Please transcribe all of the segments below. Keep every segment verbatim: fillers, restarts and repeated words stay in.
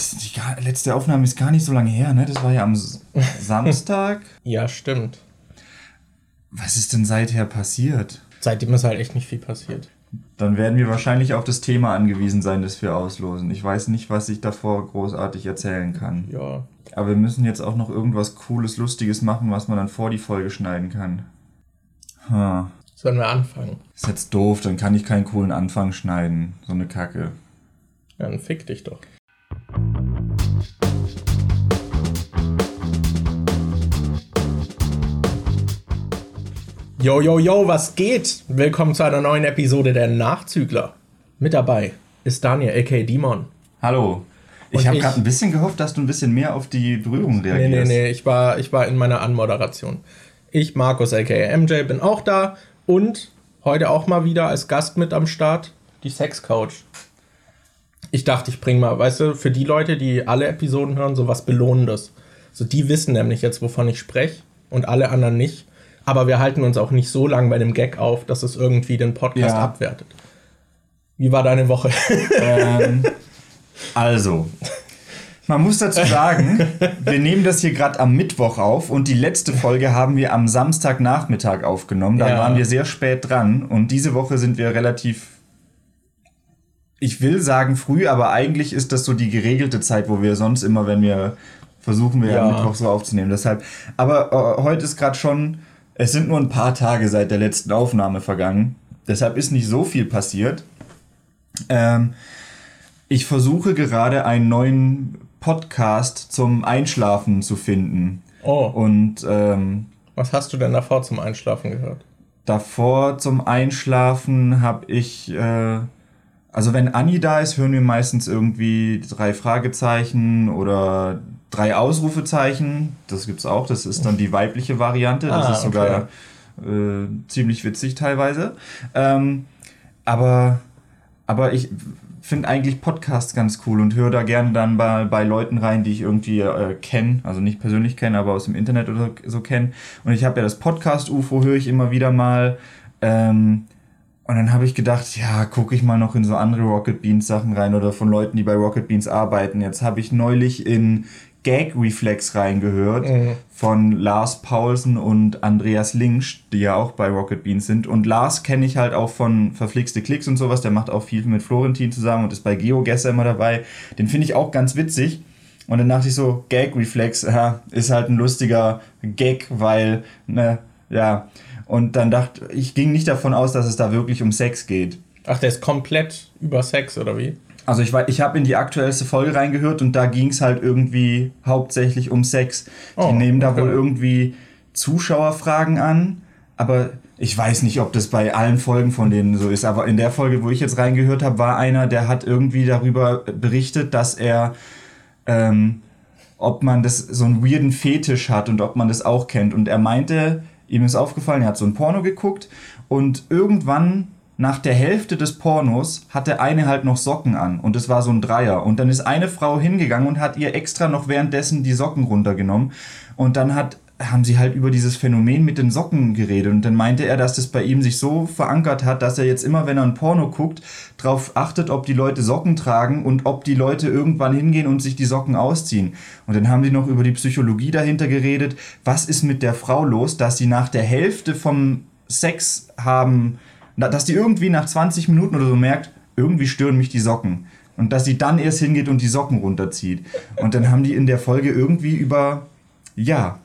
Die letzte Aufnahme ist gar nicht so lange her, ne? Das war ja am Samstag. Ja, stimmt. Was ist denn seither passiert? Seitdem ist halt echt nicht viel passiert. Dann werden wir wahrscheinlich auf das Thema angewiesen sein, das wir auslosen. Ich weiß nicht, was ich davor großartig erzählen kann. Ja. Aber wir müssen jetzt auch noch irgendwas Cooles, Lustiges machen, was man dann vor die Folge schneiden kann. Hm. Sollen wir anfangen? Ist jetzt doof, dann kann ich keinen coolen Anfang schneiden. So eine Kacke. Ja, dann fick dich doch. Yo, yo, yo, was geht? Willkommen zu einer neuen Episode der Nachzügler. Mit dabei ist Daniel, aka Dimon. Hallo. Ich habe gerade ein bisschen gehofft, dass du ein bisschen mehr auf die Berührung reagierst. Nee, nee, nee, ich war, ich war in meiner Anmoderation. Ich, Markus, aka M J, bin auch da und heute auch mal wieder als Gast mit am Start, die Sex-Couch. Ich dachte, ich bringe mal, weißt du, für die Leute, die alle Episoden hören, so was Belohnendes. So, die wissen nämlich jetzt, wovon ich spreche und alle anderen nicht. Aber wir halten uns auch nicht so lang bei dem Gag auf, dass es irgendwie den Podcast ja. abwertet. Wie war deine Woche? Ähm, also, man muss dazu sagen, wir nehmen das hier gerade am Mittwoch auf und die letzte Folge haben wir am Samstagnachmittag aufgenommen. Da ja. waren wir sehr spät dran und diese Woche sind wir relativ, ich will sagen früh, aber eigentlich ist das so die geregelte Zeit, wo wir sonst immer, wenn wir versuchen, wir ja. am Mittwoch so aufzunehmen. Deshalb, aber äh, heute ist gerade schon... Es sind nur ein paar Tage seit der letzten Aufnahme vergangen. Deshalb ist nicht so viel passiert. Ähm, ich versuche gerade einen neuen Podcast zum Einschlafen zu finden. Oh. Und ähm, was hast du denn davor zum Einschlafen gehört? Davor zum Einschlafen habe ich... Äh, also wenn Anni da ist, hören wir meistens irgendwie drei Fragezeichen oder... Drei Ausrufezeichen, das gibt's auch, das ist dann die weibliche Variante, das ah, ist sogar okay. äh, ziemlich witzig teilweise. Ähm, aber, aber ich finde eigentlich Podcasts ganz cool und höre da gerne dann bei, bei Leuten rein, die ich irgendwie äh, kenne, also nicht persönlich kenne, aber aus dem Internet oder so kenne. Und ich habe ja das Podcast-U F O, höre ich immer wieder mal. Ähm, und dann habe ich gedacht, ja, gucke ich mal noch in so andere Rocket Beans Sachen rein oder von Leuten, die bei Rocket Beans arbeiten. Jetzt habe ich neulich in Gag Reflex reingehört mhm. von Lars Paulsen und Andreas Linksch, die ja auch bei Rocket Beans sind. Und Lars kenne ich halt auch von Verflixte Klicks und sowas. Der macht auch viel mit Florentin zusammen und ist bei GeoGuessr immer dabei. Den finde ich auch ganz witzig. Und dann dachte ich so, Gag Reflex ja, ist halt ein lustiger Gag, weil, ne, ja. Und dann dachte ich, ging nicht davon aus, dass es da wirklich um Sex geht. Ach, der ist komplett über Sex, oder wie? Also ich, ich habe in die aktuellste Folge reingehört und da ging es halt irgendwie hauptsächlich um Sex. Die oh, nehmen da okay. wohl irgendwie Zuschauerfragen an, aber ich weiß nicht, ob das bei allen Folgen von denen so ist. Aber in der Folge, wo ich jetzt reingehört habe, war einer, der hat irgendwie darüber berichtet, dass er, ähm, ob man das so einen weirden Fetisch hat und ob man das auch kennt. Und er meinte, ihm ist aufgefallen, er hat so ein Porno geguckt und irgendwann... Nach der Hälfte des Pornos hatte eine halt noch Socken an und es war so ein Dreier. Und dann ist eine Frau hingegangen und hat ihr extra noch währenddessen die Socken runtergenommen. Und dann hat, haben sie halt über dieses Phänomen mit den Socken geredet. Und dann meinte er, dass das bei ihm sich so verankert hat, dass er jetzt immer, wenn er ein Porno guckt, darauf achtet, ob die Leute Socken tragen und ob die Leute irgendwann hingehen und sich die Socken ausziehen. Und dann haben sie noch über die Psychologie dahinter geredet. Was ist mit der Frau los, dass sie nach der Hälfte vom Sex haben... dass die irgendwie nach zwanzig Minuten oder so merkt, irgendwie stören mich die Socken. Und dass sie dann erst hingeht und die Socken runterzieht. Und dann haben die in der Folge irgendwie über, ja,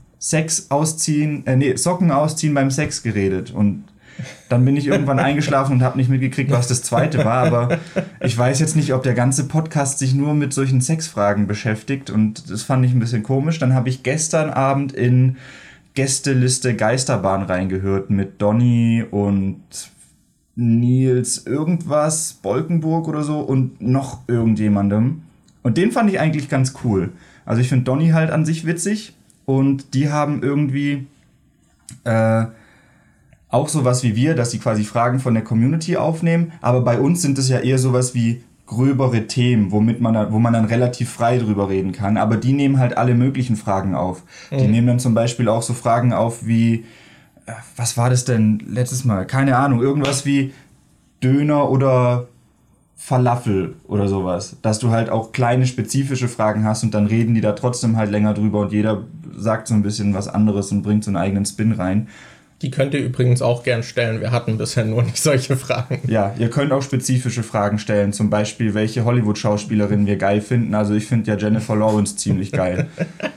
Sex ausziehen, äh, nee, Socken ausziehen beim Sex geredet. Und dann bin ich irgendwann eingeschlafen und habe nicht mitgekriegt, was das zweite war. Aber ich weiß jetzt nicht, ob der ganze Podcast sich nur mit solchen Sexfragen beschäftigt. Und das fand ich ein bisschen komisch. Dann habe ich gestern Abend in... Gästeliste Geisterbahn reingehört mit Donny und Nils irgendwas, Bolkenburg oder so und noch irgendjemandem. Und den fand ich eigentlich ganz cool. Also ich finde Donny halt an sich witzig und die haben irgendwie äh, auch sowas wie wir, dass sie quasi Fragen von der Community aufnehmen. Aber bei uns sind es ja eher sowas wie gröbere Themen, womit man dann, wo man dann relativ frei drüber reden kann. Aber die nehmen halt alle möglichen Fragen auf. Mhm. Die nehmen dann zum Beispiel auch so Fragen auf wie, äh, was war das denn letztes Mal? Keine Ahnung, irgendwas wie Döner oder Falafel oder sowas. Dass du halt auch kleine spezifische Fragen hast und dann reden die da trotzdem halt länger drüber und jeder sagt so ein bisschen was anderes und bringt so einen eigenen Spin rein. Die könnt ihr übrigens auch gern stellen. Wir hatten bisher nur nicht solche Fragen. Ja, ihr könnt auch spezifische Fragen stellen. Zum Beispiel, welche Hollywood-Schauspielerin wir geil finden. Also ich finde ja Jennifer Lawrence ziemlich geil.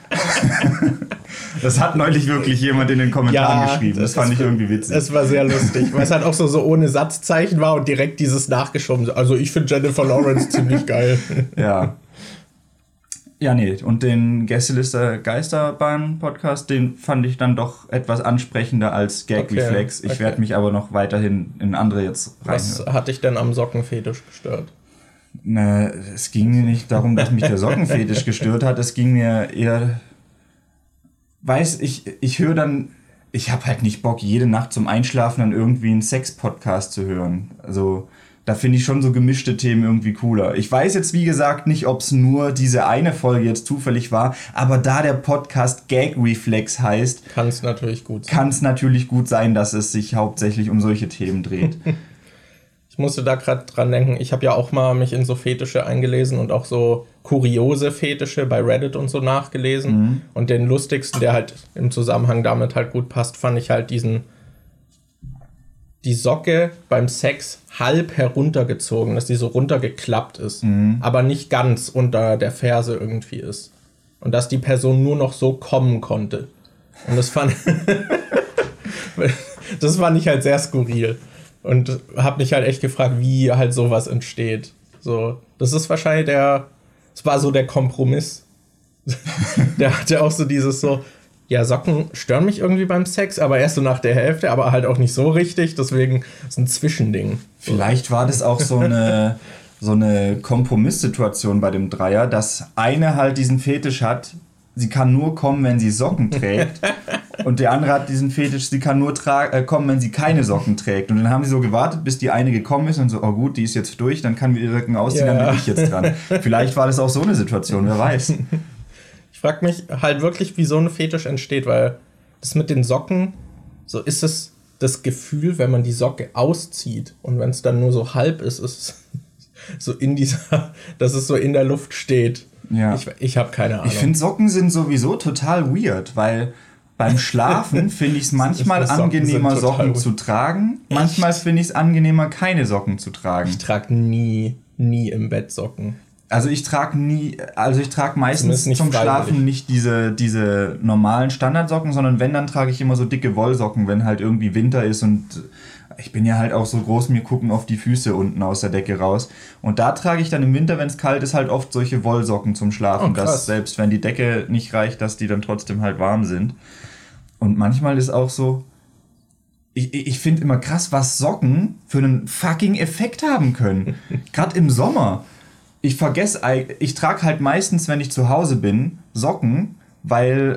Das hat neulich wirklich jemand in den Kommentaren ja, geschrieben. Das, das fand ich irgendwie witzig. Es war sehr lustig, weil es halt auch so, so ohne Satzzeichen war und direkt dieses nachgeschoben. Also ich finde Jennifer Lawrence ziemlich geil. Ja. Ja, nee, und den Gästeliste Geisterbahn-Podcast, den fand ich dann doch etwas ansprechender als Gag-Reflex. Okay, ich okay. werde mich aber noch weiterhin in andere jetzt reinhören. Was hat dich denn am Sockenfetisch gestört? Na, es ging mir nicht darum, dass mich der Sockenfetisch gestört hat. Es ging mir eher... Weiß, ich, ich höre dann... Ich habe halt nicht Bock, jede Nacht zum Einschlafen dann irgendwie einen Sex-Podcast zu hören. Also... Da finde ich schon so gemischte Themen irgendwie cooler. Ich weiß jetzt, wie gesagt, nicht, ob es nur diese eine Folge jetzt zufällig war, aber da der Podcast Gag Reflex heißt, kann es natürlich gut sein. Kann es natürlich gut sein, dass es sich hauptsächlich um solche Themen dreht. Ich musste da gerade dran denken, ich habe ja auch mal mich in so Fetische eingelesen und auch so kuriose Fetische bei Reddit und so nachgelesen. Mhm. Und den lustigsten, der halt im Zusammenhang damit halt gut passt, fand ich halt diesen... die Socke beim Sex halb heruntergezogen, dass die so runtergeklappt ist, mhm. aber nicht ganz unter der Ferse irgendwie ist. Und dass die Person nur noch so kommen konnte. Und das fand, das fand ich halt sehr skurril. Und habe mich halt echt gefragt, wie halt sowas entsteht. So, das ist wahrscheinlich der, es war so der Kompromiss. Der hatte auch so dieses so, ja, Socken stören mich irgendwie beim Sex, aber erst so nach der Hälfte, aber halt auch nicht so richtig, deswegen ist ein Zwischending. Vielleicht war das auch so eine, so eine Kompromisssituation bei dem Dreier, dass eine halt diesen Fetisch hat, sie kann nur kommen, wenn sie Socken trägt und der andere hat diesen Fetisch, sie kann nur tra- äh, kommen, wenn sie keine Socken trägt. Und dann haben sie so gewartet, bis die eine gekommen ist und so, oh gut, die ist jetzt durch, dann kann wir die Socken ausziehen, ja. Dann bin ich jetzt dran. Vielleicht war das auch so eine Situation, wer weiß. Ich frage mich halt wirklich, wie so ein Fetisch entsteht, weil das mit den Socken, so ist es das Gefühl, wenn man die Socke auszieht und wenn es dann nur so halb ist, ist es so in dieser, dass es so in der Luft steht. Ja. Ich, ich habe keine Ahnung. Ich finde, Socken sind sowieso total weird, weil beim Schlafen finde ich es manchmal Socken angenehmer, Socken zu tragen. Echt? Manchmal finde ich es angenehmer, keine Socken zu tragen. Ich trage nie, nie im Bett Socken. Also ich trage nie, also ich trage meistens zum freiwillig. Schlafen nicht diese, diese normalen Standardsocken, sondern wenn, dann trage ich immer so dicke Wollsocken, wenn halt irgendwie Winter ist und ich bin ja halt auch so groß, mir gucken auf die Füße unten aus der Decke raus. Und da trage ich dann im Winter, wenn es kalt ist, halt oft solche Wollsocken zum Schlafen, oh, dass selbst wenn die Decke nicht reicht, dass die dann trotzdem halt warm sind. Und manchmal ist auch so, ich, ich finde immer krass, was Socken für einen fucking Effekt haben können. Gerade im Sommer. Ich vergesse, ich trage halt meistens, wenn ich zu Hause bin, Socken, weil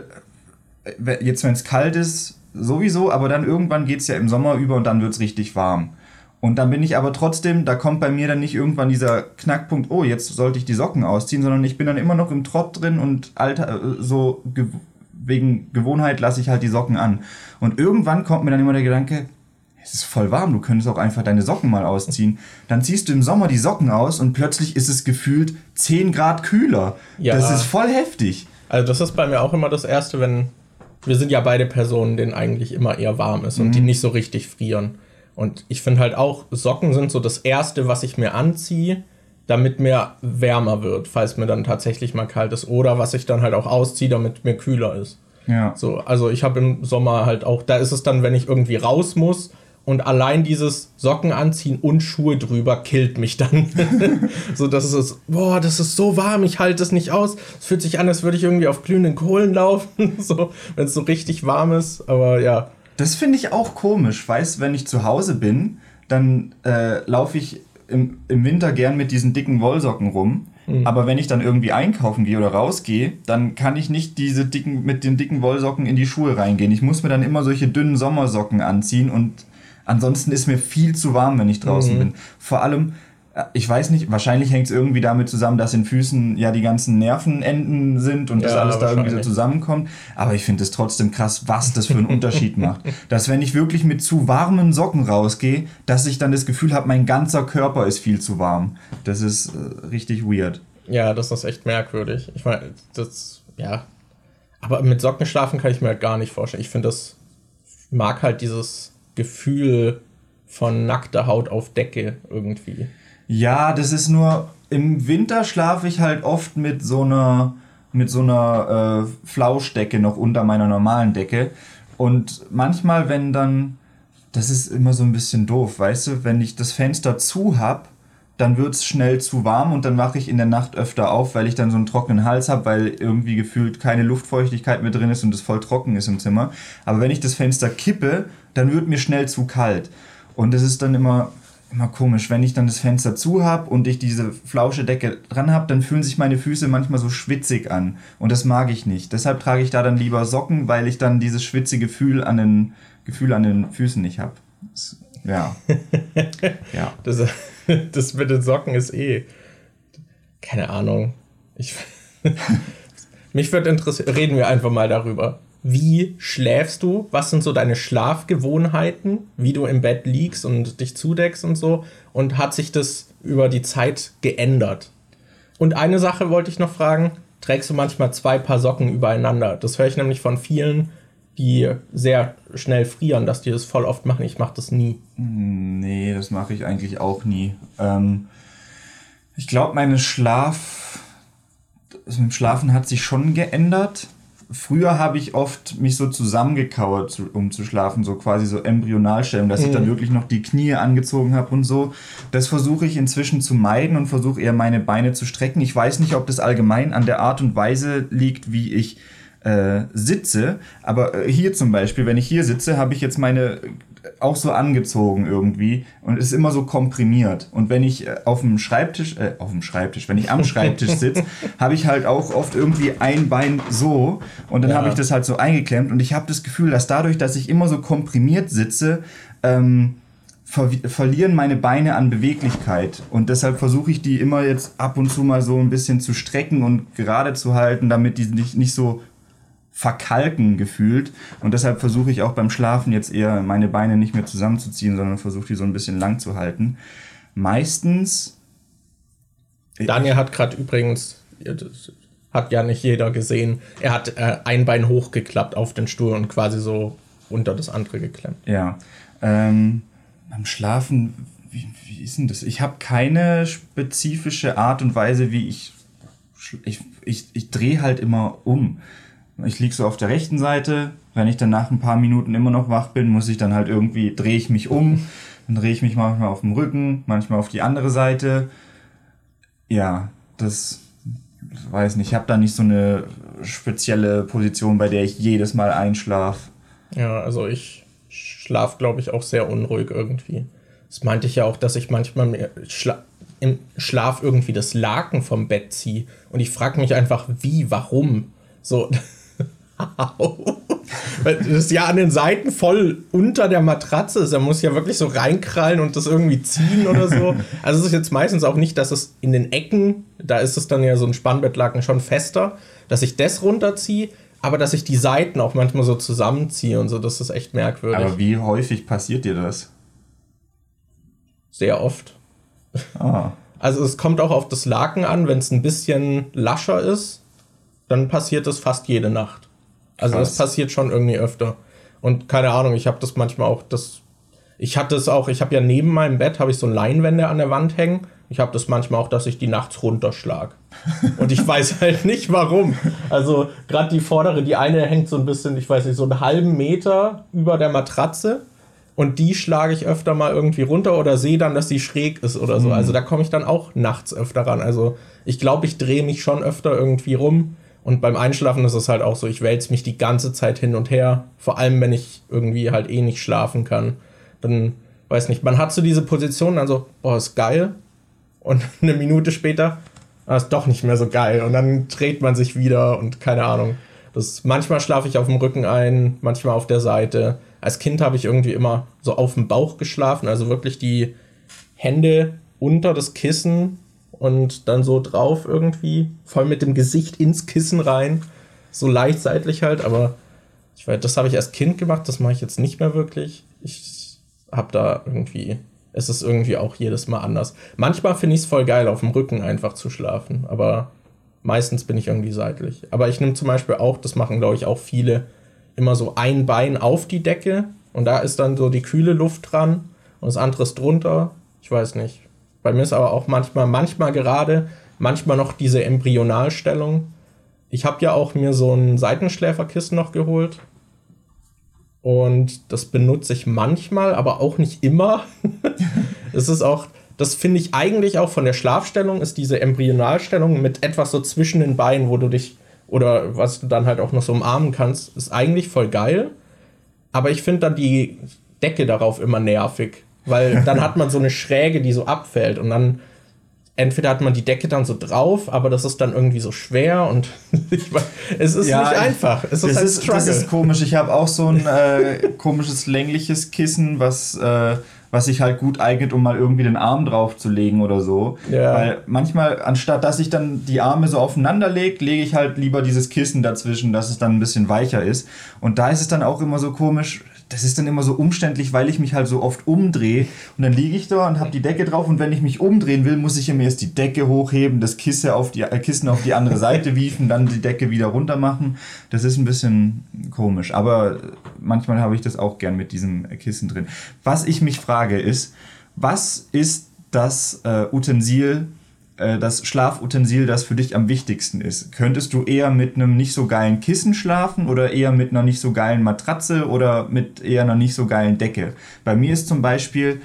jetzt, wenn es kalt ist, sowieso, aber dann irgendwann geht es ja im Sommer über und dann wird es richtig warm. Und dann bin ich aber trotzdem, da kommt bei mir dann nicht irgendwann dieser Knackpunkt, oh, jetzt sollte ich die Socken ausziehen, sondern ich bin dann immer noch im Trott drin und Alter, so ge- wegen Gewohnheit lasse ich halt die Socken an. Und irgendwann kommt mir dann immer der Gedanke, es ist voll warm, du könntest auch einfach deine Socken mal ausziehen. Dann ziehst du im Sommer die Socken aus und plötzlich ist es gefühlt zehn Grad kühler. Ja. Das ist voll heftig. Also das ist bei mir auch immer das Erste, wenn, wir sind ja beide Personen, denen eigentlich immer eher warm ist und mhm. die nicht so richtig frieren. Und ich finde halt auch, Socken sind so das Erste, was ich mir anziehe, damit mir wärmer wird, falls mir dann tatsächlich mal kalt ist. Oder was ich dann halt auch ausziehe, damit mir kühler ist. Ja. So, also ich habe im Sommer halt auch, da ist es dann, wenn ich irgendwie raus muss, und allein dieses Socken anziehen und Schuhe drüber killt mich dann. So, dass es ist, boah, das ist so warm, ich halte es nicht aus. Es fühlt sich an, als würde ich irgendwie auf glühenden Kohlen laufen, so, wenn es so richtig warm ist. Aber ja. Das finde ich auch komisch. Weißt, wenn ich zu Hause bin, dann äh, laufe ich im, im Winter gern mit diesen dicken Wollsocken rum. Mhm. Aber wenn ich dann irgendwie einkaufen gehe oder rausgehe, dann kann ich nicht diese dicken, mit den dicken Wollsocken in die Schuhe reingehen. Ich muss mir dann immer solche dünnen Sommersocken anziehen und ansonsten ist mir viel zu warm, wenn ich draußen mhm. bin. Vor allem, ich weiß nicht, wahrscheinlich hängt es irgendwie damit zusammen, dass in Füßen ja die ganzen Nervenenden sind und ja, das alles da irgendwie so zusammenkommt. Aber ich finde es trotzdem krass, was das für einen Unterschied macht. Dass wenn ich wirklich mit zu warmen Socken rausgehe, dass ich dann das Gefühl habe, mein ganzer Körper ist viel zu warm. Das ist äh, richtig weird. Ja, das ist echt merkwürdig. Ich meine, das, ja. Aber mit Socken schlafen kann ich mir halt gar nicht vorstellen. Ich finde, das mag halt dieses Gefühl von nackter Haut auf Decke irgendwie. Ja, das ist nur, im Winter schlafe ich halt oft mit so einer, mit so einer äh, Flauschdecke noch unter meiner normalen Decke. Und manchmal, wenn dann, das ist immer so ein bisschen doof, weißt du, wenn ich das Fenster zu hab, dann wird es schnell zu warm und dann wache ich in der Nacht öfter auf, weil ich dann so einen trockenen Hals habe, weil irgendwie gefühlt keine Luftfeuchtigkeit mehr drin ist und es voll trocken ist im Zimmer. Aber wenn ich das Fenster kippe, dann wird mir schnell zu kalt. Und das ist dann immer... Immer komisch, wenn ich dann das Fenster zu habe und ich diese Flauschedecke dran habe, dann fühlen sich meine Füße manchmal so schwitzig an und das mag ich nicht. Deshalb trage ich da dann lieber Socken, weil ich dann dieses schwitzige Gefühl an den, Gefühl an den Füßen nicht habe. Ja. ja. Das, das mit den Socken ist eh, keine Ahnung. Ich, mich würde interessieren, reden wir einfach mal darüber. Wie schläfst du? Was sind so deine Schlafgewohnheiten? Wie du im Bett liegst und dich zudeckst und so? Und hat sich das über die Zeit geändert? Und eine Sache wollte ich noch fragen. Trägst du manchmal zwei Paar Socken übereinander? Das höre ich nämlich von vielen, die sehr schnell frieren, dass die das voll oft machen. Ich mache das nie. Nee, das mache ich eigentlich auch nie. Ähm, ich glaube, meine Schlaf... Das mit dem Schlafen hat sich schon geändert. Früher habe ich oft mich so zusammengekauert, um zu schlafen, so quasi so Embryonalstellung, dass mhm. ich dann wirklich noch die Knie angezogen habe und so. Das versuche ich inzwischen zu meiden und versuche eher meine Beine zu strecken. Ich weiß nicht, ob das allgemein an der Art und Weise liegt, wie ich äh, sitze, aber hier zum Beispiel, wenn ich hier sitze, habe ich jetzt meine auch so angezogen irgendwie und ist immer so komprimiert. Und wenn ich auf dem Schreibtisch, äh, auf dem Schreibtisch, wenn ich am Schreibtisch sitze, habe ich halt auch oft irgendwie ein Bein so und dann ja. habe ich das halt so eingeklemmt und ich habe das Gefühl, dass dadurch, dass ich immer so komprimiert sitze, ähm, ver- verlieren meine Beine an Beweglichkeit und deshalb versuche ich die immer jetzt ab und zu mal so ein bisschen zu strecken und gerade zu halten, damit die nicht, nicht so verkalken gefühlt und deshalb versuche ich auch beim Schlafen jetzt eher meine Beine nicht mehr zusammenzuziehen, sondern versuche die so ein bisschen lang zu halten. Meistens... Daniel hat gerade übrigens, hat ja nicht jeder gesehen, er hat äh, ein Bein hochgeklappt auf den Stuhl und quasi so unter das andere geklemmt. Ja, ähm, beim Schlafen, wie, wie ist denn das? Ich habe keine spezifische Art und Weise, wie ich... Ich, ich, ich drehe halt immer um. Ich liege so auf der rechten Seite, wenn ich dann nach ein paar Minuten immer noch wach bin, muss ich dann halt irgendwie, drehe ich mich um, dann drehe ich mich manchmal auf den Rücken, manchmal auf die andere Seite. Ja, das, das weiß nicht, ich habe da nicht so eine spezielle Position, bei der ich jedes Mal einschlafe. Ja, also ich schlafe, glaube ich, auch sehr unruhig irgendwie. Das meinte ich ja auch, dass ich manchmal mir schla- im Schlaf irgendwie das Laken vom Bett ziehe und ich frage mich einfach, wie, warum? So... Das ist ja an den Seiten voll unter der Matratze ist. Er muss ja wirklich so reinkrallen und das irgendwie ziehen oder so. Also es ist jetzt meistens auch nicht, dass es in den Ecken, da ist es dann ja so ein Spannbettlaken schon fester, dass ich das runterziehe, aber dass ich die Seiten auch manchmal so zusammenziehe und so, das ist echt merkwürdig. Aber wie häufig passiert dir das? Sehr oft. Ah. Also es kommt auch auf das Laken an, wenn es ein bisschen lascher ist, dann passiert das fast jede Nacht. Also Krass. Das passiert schon irgendwie öfter. Und keine Ahnung, ich habe das manchmal auch, das, ich hatte es auch, ich habe ja neben meinem Bett, habe ich so Leinwände an der Wand hängen. Ich habe das manchmal auch, dass ich die nachts runterschlag. Und ich weiß halt nicht, warum. Also gerade die vordere, die eine hängt so ein bisschen, ich weiß nicht, so einen halben Meter über der Matratze. Und die schlage ich öfter mal irgendwie runter oder sehe dann, dass sie schräg ist oder so. Mhm. Also da komme ich dann auch nachts öfter ran. Also ich glaube, ich drehe mich schon öfter irgendwie rum. Und beim Einschlafen ist es halt auch so, ich wälze mich die ganze Zeit hin und her. Vor allem, wenn ich irgendwie halt eh nicht schlafen kann. Dann, weiß nicht, man hat so diese Position, dann so, boah, ist geil. Und eine Minute später, ah, ist doch nicht mehr so geil. Und dann dreht man sich wieder und keine Ahnung. Das, manchmal schlafe ich auf dem Rücken ein, manchmal auf der Seite. Als Kind habe ich irgendwie immer so auf dem Bauch geschlafen, also wirklich die Hände unter das Kissen und dann so drauf irgendwie, voll mit dem Gesicht ins Kissen rein, so leicht seitlich halt, aber ich weiß, das habe ich als Kind gemacht, das mache ich jetzt nicht mehr wirklich. Ich habe da irgendwie, es ist irgendwie auch jedes Mal anders. Manchmal finde ich es voll geil, auf dem Rücken einfach zu schlafen, aber meistens bin ich irgendwie seitlich. Aber ich nehme zum Beispiel auch, das machen glaube ich auch viele, immer so ein Bein auf die Decke und da ist dann so die kühle Luft dran und das andere ist drunter. Ich weiß nicht. Bei mir ist aber auch manchmal, manchmal gerade, manchmal noch diese Embryonalstellung. Ich habe ja auch mir so ein Seitenschläferkissen noch geholt. Und das benutze ich manchmal, aber auch nicht immer. Es ist auch, das finde ich eigentlich auch von der Schlafstellung, ist diese Embryonalstellung mit etwas so zwischen den Beinen, wo du dich, oder was du dann halt auch noch so umarmen kannst, ist eigentlich voll geil. Aber ich finde dann die Decke darauf immer nervig. Weil dann hat man so eine Schräge, die so abfällt. Und dann entweder hat man die Decke dann so drauf, aber das ist dann irgendwie so schwer und ich weiß, es ist ja, nicht einfach. Es ist das, ist, das ist komisch. Ich habe auch so ein äh, komisches längliches Kissen, was, äh, was sich halt gut eignet, um mal irgendwie den Arm drauf zu legen oder so. Ja. Weil manchmal, anstatt dass ich dann die Arme so aufeinander lege, lege ich halt lieber dieses Kissen dazwischen, dass es dann ein bisschen weicher ist. Und da ist es dann auch immer so komisch. Das ist dann immer so umständlich, weil ich mich halt so oft umdrehe und dann liege ich da und habe die Decke drauf und wenn ich mich umdrehen will, muss ich mir erst die Decke hochheben, das Kissen auf die, äh, Kissen auf die andere Seite wiefen, dann die Decke wieder runter machen. Das ist ein bisschen komisch, aber manchmal habe ich das auch gern mit diesem Kissen drin. Was ich mich frage ist, was ist das äh, Utensil, das Schlafutensil, das für dich am wichtigsten ist? Könntest du eher mit einem nicht so geilen Kissen schlafen oder eher mit einer nicht so geilen Matratze oder mit eher einer nicht so geilen Decke? Bei mir ist zum Beispiel,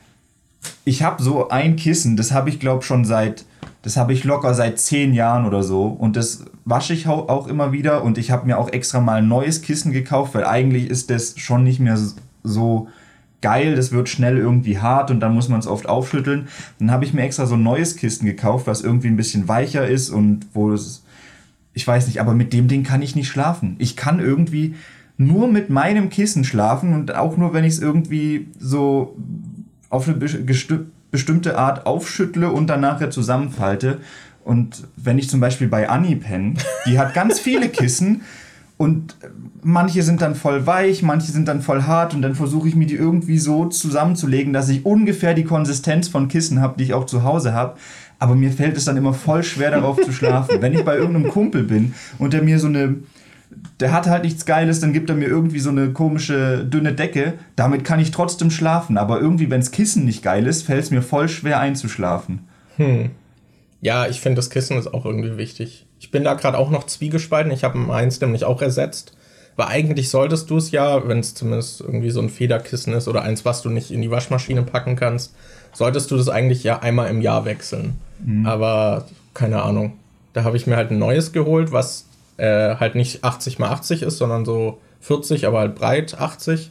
ich habe so ein Kissen, das habe ich glaube schon seit, das habe ich locker seit zehn Jahren oder so und das wasche ich auch immer wieder und ich habe mir auch extra mal ein neues Kissen gekauft, weil eigentlich ist das schon nicht mehr so geil, das wird schnell irgendwie hart und dann muss man es oft aufschütteln. Dann habe ich mir extra so ein neues Kissen gekauft, was irgendwie ein bisschen weicher ist und wo es, ich weiß nicht, aber mit dem Ding kann ich nicht schlafen. Ich kann irgendwie nur mit meinem Kissen schlafen und auch nur, wenn ich es irgendwie so auf eine gesti- bestimmte Art aufschüttle und dann nachher zusammenfalte. Und wenn ich zum Beispiel bei Anni penne, die hat ganz viele Kissen, und manche sind dann voll weich, manche sind dann voll hart und dann versuche ich mir die irgendwie so zusammenzulegen, dass ich ungefähr die Konsistenz von Kissen habe, die ich auch zu Hause habe. Aber mir fällt es dann immer voll schwer, darauf zu schlafen. Wenn ich bei irgendeinem Kumpel bin und der mir so eine, der hat halt nichts Geiles, dann gibt er mir irgendwie so eine komische, dünne Decke. Damit kann ich trotzdem schlafen. Aber irgendwie, wenn das Kissen nicht geil ist, fällt es mir voll schwer einzuschlafen. Hm. Ja, ich finde, das Kissen ist auch irgendwie wichtig. Ich bin da gerade auch noch zwiegespalten. Ich habe meins nämlich auch ersetzt. Weil eigentlich solltest du es ja, wenn es zumindest irgendwie so ein Federkissen ist oder eins, was du nicht in die Waschmaschine packen kannst, solltest du das eigentlich ja einmal im Jahr wechseln. Mhm. Aber keine Ahnung. Da habe ich mir halt ein neues geholt, was äh, halt nicht achtzig mal achtzig ist, sondern so vierzig, aber halt breit achtzig.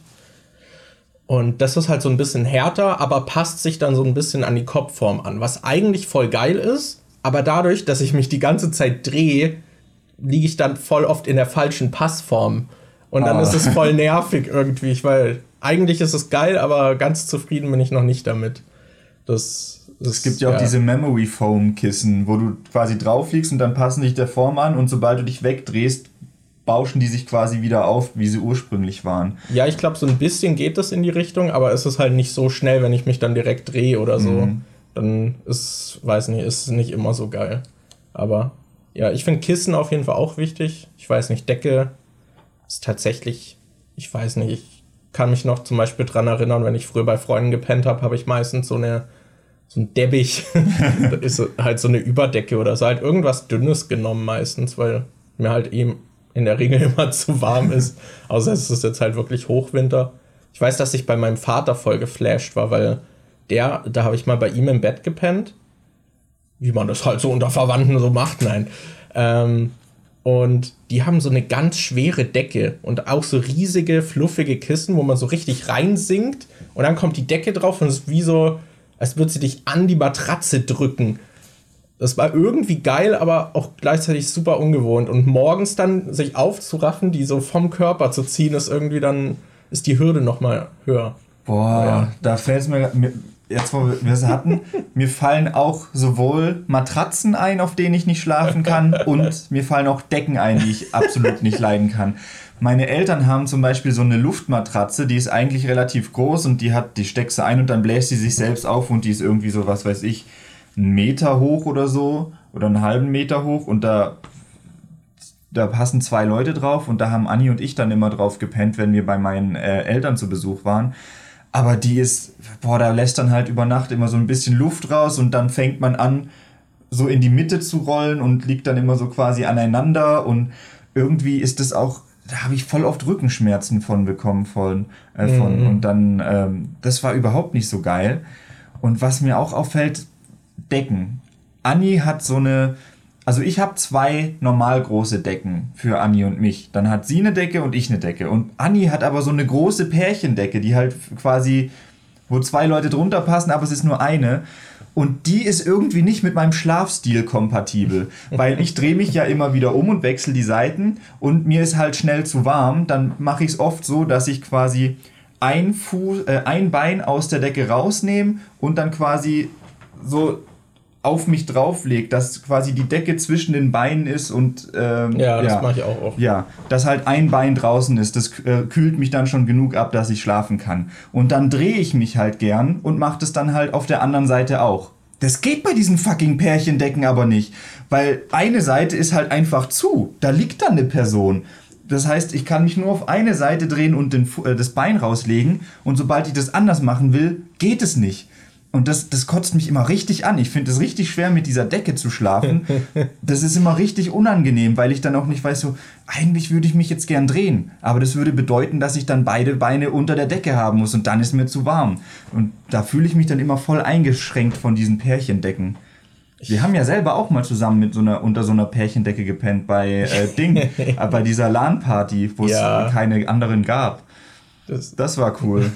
Und das ist halt so ein bisschen härter, aber passt sich dann so ein bisschen an die Kopfform an, was eigentlich voll geil ist. Aber dadurch, dass ich mich die ganze Zeit drehe, liege ich dann voll oft in der falschen Passform. Und dann ah. ist es voll nervig irgendwie. Ich, weil eigentlich ist es geil, aber ganz zufrieden bin ich noch nicht damit. Das ist, es gibt ja auch ja. diese Memory Foam Kissen, wo du quasi drauf liegst und dann passen dich der Form an und sobald du dich wegdrehst, bauschen die sich quasi wieder auf, wie sie ursprünglich waren. Ja, ich glaube, so ein bisschen geht das in die Richtung, aber es ist halt nicht so schnell, wenn ich mich dann direkt drehe oder so. Mhm. Dann ist, weiß nicht, ist nicht immer so geil. Aber ja, ich finde Kissen auf jeden Fall auch wichtig. Ich weiß nicht, Decke ist tatsächlich, ich weiß nicht, ich kann mich noch zum Beispiel dran erinnern, wenn ich früher bei Freunden gepennt habe, habe ich meistens so eine, so ein Deppich, das ist halt so eine Überdecke oder so, halt irgendwas Dünnes genommen meistens, weil mir halt eben in der Regel immer zu warm ist. Außer es ist jetzt halt wirklich Hochwinter. Ich weiß, dass ich bei meinem Vater voll geflasht war, weil der, da habe ich mal bei ihm im Bett gepennt. Wie man das halt so unter Verwandten so macht, nein. Ähm, und die haben so eine ganz schwere Decke und auch so riesige, fluffige Kissen, wo man so richtig reinsinkt und dann kommt die Decke drauf und es ist wie so, als würde sie dich an die Matratze drücken. Das war irgendwie geil, aber auch gleichzeitig super ungewohnt. Und morgens dann sich aufzuraffen, die so vom Körper zu ziehen, ist irgendwie dann, ist die Hürde noch mal höher. Boah, ja. da fällt es mir, jetzt wo wir es hatten, mir fallen auch sowohl Matratzen ein, auf denen ich nicht schlafen kann, und mir fallen auch Decken ein, die ich absolut nicht leiden kann. Meine Eltern haben zum Beispiel so eine Luftmatratze, die ist eigentlich relativ groß und die hat, die steckst du ein und dann bläst sie sich selbst auf und die ist irgendwie so, was weiß ich, einen Meter hoch oder so oder einen halben Meter hoch und da, da passen zwei Leute drauf und da haben Anni und ich dann immer drauf gepennt, wenn wir bei meinen äh, Eltern zu Besuch waren. Aber die ist, boah, da lässt dann halt über Nacht immer so ein bisschen Luft raus und dann fängt man an, so in die Mitte zu rollen und liegt dann immer so quasi aneinander und irgendwie ist das auch, da habe ich voll oft Rückenschmerzen von bekommen von, äh, von mhm. und dann, ähm, das war überhaupt nicht so geil. Und was mir auch auffällt, Decken. Anni hat so eine, also ich habe zwei normal große Decken für Anni und mich. Dann hat sie eine Decke und ich eine Decke. Und Anni hat aber so eine große Pärchendecke, die halt quasi, wo zwei Leute drunter passen, aber es ist nur eine. Und die ist irgendwie nicht mit meinem Schlafstil kompatibel, weil ich drehe mich ja immer wieder um und wechsle die Seiten und mir ist halt schnell zu warm. Dann mache ich es oft so, dass ich quasi ein, Fuß, äh, ein Bein aus der Decke rausnehme und dann quasi so auf mich drauflegt, dass quasi die Decke zwischen den Beinen ist und ähm, ja, das ja, mache ich auch oft. Ja, dass halt ein Bein draußen ist, das äh, kühlt mich dann schon genug ab, dass ich schlafen kann. Und dann drehe ich mich halt gern und mache das dann halt auf der anderen Seite auch. Das geht bei diesen fucking Pärchendecken aber nicht, weil eine Seite ist halt einfach zu, da liegt dann eine Person. Das heißt, ich kann mich nur auf eine Seite drehen und den, äh, das Bein rauslegen und sobald ich das anders machen will, geht es nicht. Und das, das kotzt mich immer richtig an. Ich finde es richtig schwer, mit dieser Decke zu schlafen. Das ist immer richtig unangenehm, weil ich dann auch nicht weiß, so, eigentlich würde ich mich jetzt gern drehen. Aber das würde bedeuten, dass ich dann beide Beine unter der Decke haben muss und dann ist mir zu warm. Und da fühle ich mich dann immer voll eingeschränkt von diesen Pärchendecken. Wir haben ja selber auch mal zusammen mit so einer, unter so einer Pärchendecke gepennt bei äh, Ding, äh, bei dieser LAN-Party, wo es ja. keine anderen gab. Das, das war cool.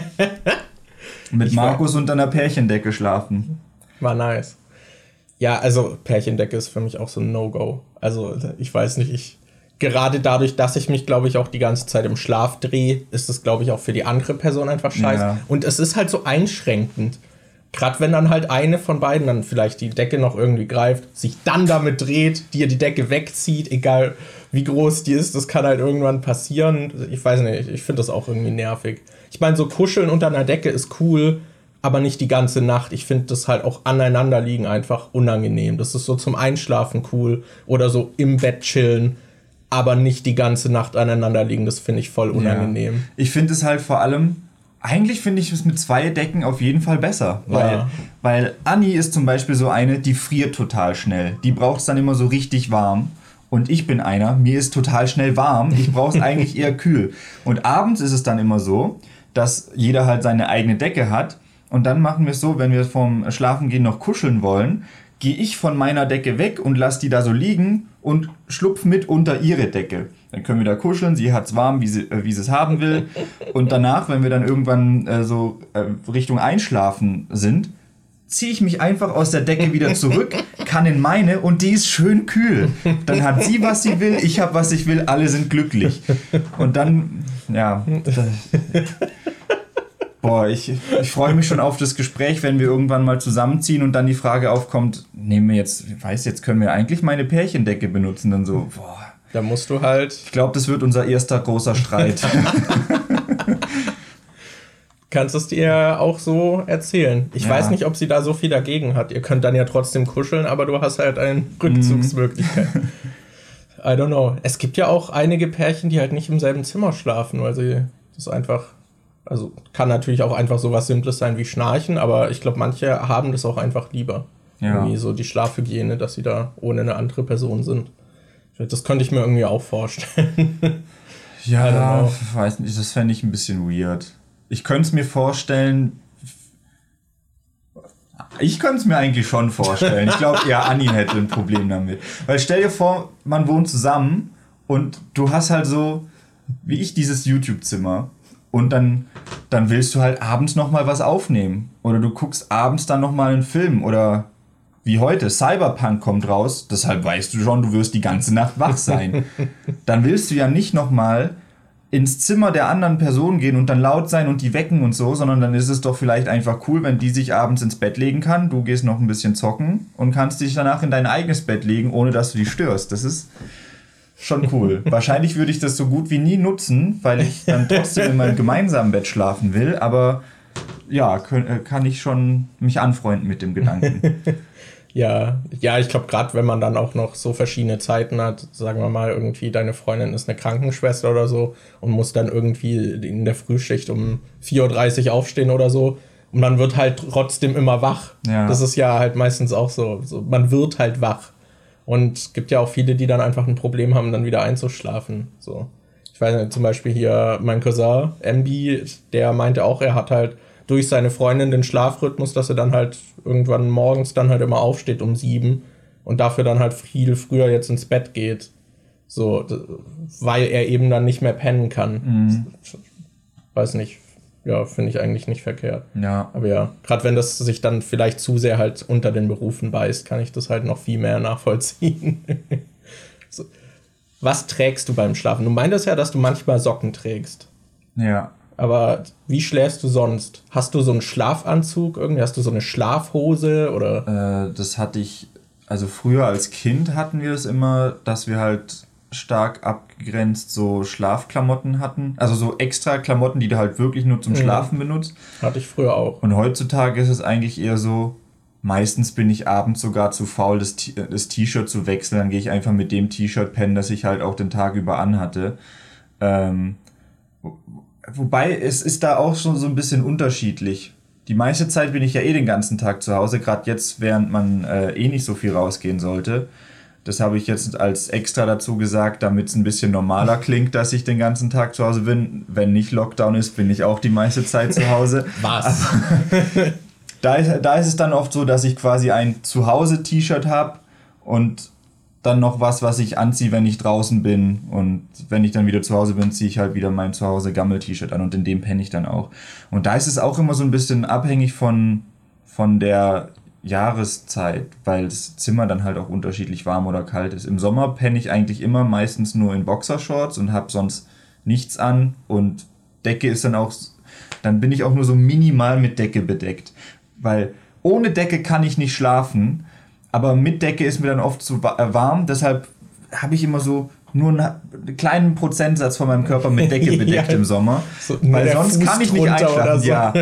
Mit ich Markus war, unter einer Pärchendecke schlafen. War nice. Ja, also Pärchendecke ist für mich auch so ein No-Go. Also ich weiß nicht, ich gerade dadurch, dass ich mich, glaube ich, auch die ganze Zeit im Schlaf drehe, ist das, glaube ich, auch für die andere Person einfach scheiße. Ja. Und es ist halt so einschränkend. Gerade wenn dann halt eine von beiden dann vielleicht die Decke noch irgendwie greift, sich dann damit dreht, dir die Decke wegzieht, egal wie groß die ist, das kann halt irgendwann passieren. Ich weiß nicht, ich finde das auch irgendwie nervig. Ich meine, so kuscheln unter einer Decke ist cool, aber nicht die ganze Nacht. Ich finde das halt auch aneinander liegen einfach unangenehm. Das ist so zum Einschlafen cool oder so im Bett chillen, aber nicht die ganze Nacht aneinander liegen. Das finde ich voll unangenehm. Ja. Ich finde es halt vor allem, eigentlich finde ich es mit zwei Decken auf jeden Fall besser. Weil, ja. weil Anni ist zum Beispiel so eine, die friert total schnell. Die braucht es dann immer so richtig warm. Und ich bin einer, mir ist total schnell warm. Ich brauche es eigentlich eher kühl. Und abends ist es dann immer so, dass jeder halt seine eigene Decke hat. Und dann machen wir es so, wenn wir vom Schlafengehen noch kuscheln wollen, gehe ich von meiner Decke weg und lasse die da so liegen und schlupf mit unter ihre Decke. Dann können wir da kuscheln, sie hat's warm, wie sie äh, wie sie es haben will. Und danach, wenn wir dann irgendwann äh, so äh, Richtung Einschlafen sind, ziehe ich mich einfach aus der Decke wieder zurück, kann in meine und die ist schön kühl. Dann hat sie, was sie will, ich habe, was ich will, alle sind glücklich. Und dann, ja, das, boah, ich, ich freue mich schon auf das Gespräch, wenn wir irgendwann mal zusammenziehen und dann die Frage aufkommt, nehmen wir jetzt, ich weiß, jetzt können wir eigentlich meine Pärchendecke benutzen, dann so, boah. Da musst du halt... Ich glaube, das wird unser erster großer Streit. Kannst es dir auch so erzählen. Ich ja. weiß nicht, ob sie da so viel dagegen hat. Ihr könnt dann ja trotzdem kuscheln, aber du hast halt eine Rückzugsmöglichkeit. Mm. I don't know. Es gibt ja auch einige Pärchen, die halt nicht im selben Zimmer schlafen, weil sie das einfach... Also kann natürlich auch einfach so was Simples sein wie Schnarchen, aber ich glaube, manche haben das auch einfach lieber. Ja. Irgendwie so die Schlafhygiene, dass sie da ohne eine andere Person sind. Das könnte ich mir irgendwie auch vorstellen. Ja, ich weiß nicht, das fände ich ein bisschen weird. Ich könnte es mir vorstellen, ich könnte es mir eigentlich schon vorstellen. Ich glaube, ja, Anni hätte ein Problem damit. Weil stell dir vor, man wohnt zusammen und du hast halt so, wie ich, dieses YouTube-Zimmer und dann, dann willst du halt abends nochmal was aufnehmen. Oder du guckst abends dann nochmal einen Film oder wie heute, Cyberpunk kommt raus, deshalb weißt du schon, du wirst die ganze Nacht wach sein. Dann willst du ja nicht nochmal ins Zimmer der anderen Person gehen und dann laut sein und die wecken und so, sondern dann ist es doch vielleicht einfach cool, wenn die sich abends ins Bett legen kann, du gehst noch ein bisschen zocken und kannst dich danach in dein eigenes Bett legen, ohne dass du die störst. Das ist schon cool. Wahrscheinlich würde ich das so gut wie nie nutzen, weil ich dann trotzdem in meinem gemeinsamen Bett schlafen will, aber ja, können, kann ich schon mich anfreunden mit dem Gedanken. Ja, ja, ich glaube, gerade wenn man dann auch noch so verschiedene Zeiten hat, sagen wir mal, irgendwie deine Freundin ist eine Krankenschwester oder so und muss dann irgendwie in der Frühschicht um vier Uhr dreißig aufstehen oder so und man wird halt trotzdem immer wach. Ja. Das ist ja halt meistens auch so, so, man wird halt wach. Und es gibt ja auch viele, die dann einfach ein Problem haben, dann wieder einzuschlafen. So. Ich weiß nicht, zum Beispiel hier mein Cousin, M B, der meinte auch, er hat halt durch seine Freundin den Schlafrhythmus, dass er dann halt irgendwann morgens dann halt immer aufsteht um sieben und dafür dann halt viel früher jetzt ins Bett geht. So, weil er eben dann nicht mehr pennen kann. Mhm. Weiß nicht. Ja, finde ich eigentlich nicht verkehrt. Ja. Aber ja, gerade wenn das sich dann vielleicht zu sehr halt unter den Berufen beißt, kann ich das halt noch viel mehr nachvollziehen. So. Was trägst du beim Schlafen? Du meintest ja, dass du manchmal Socken trägst. Ja. Aber wie schläfst du sonst? Hast du so einen Schlafanzug? Irgendwie hast du so eine Schlafhose? Oder? Äh, das hatte ich, also früher als Kind hatten wir das immer, dass wir halt stark abgegrenzt so Schlafklamotten hatten. Also so extra Klamotten, die du halt wirklich nur zum Schlafen mhm. benutzt. Hatte ich früher auch. Und heutzutage ist es eigentlich eher so, meistens bin ich abends sogar zu faul, das, T- das T-Shirt zu wechseln. Dann gehe ich einfach mit dem T-Shirt pennen, das ich halt auch den Tag über anhatte. Ähm, wobei, es ist da auch schon so ein bisschen unterschiedlich. Die meiste Zeit bin ich ja eh den ganzen Tag zu Hause, gerade jetzt, während man äh, eh nicht so viel rausgehen sollte. Das habe ich jetzt als extra dazu gesagt, damit es ein bisschen normaler klingt, dass ich den ganzen Tag zu Hause bin. Wenn nicht Lockdown ist, bin ich auch die meiste Zeit zu Hause. Was? da, ist, da ist es dann oft so, dass ich quasi ein Zuhause-T-Shirt habe und dann noch was, was ich anziehe, wenn ich draußen bin. Und wenn ich dann wieder zu Hause bin, ziehe ich halt wieder mein Zuhause-Gammel-T-Shirt an und in dem penne ich dann auch. Und da ist es auch immer so ein bisschen abhängig von, von der Jahreszeit, weil das Zimmer dann halt auch unterschiedlich warm oder kalt ist. Im Sommer penne ich eigentlich immer meistens nur in Boxershorts und habe sonst nichts an und Decke ist dann auch, dann bin ich auch nur so minimal mit Decke bedeckt, weil ohne Decke kann ich nicht schlafen, aber mit Decke ist mir dann oft zu warm, deshalb habe ich immer so nur einen kleinen Prozentsatz von meinem Körper mit Decke bedeckt ja, im Sommer, so, weil sonst Fuß kann ich nicht einschlafen. So. Ja.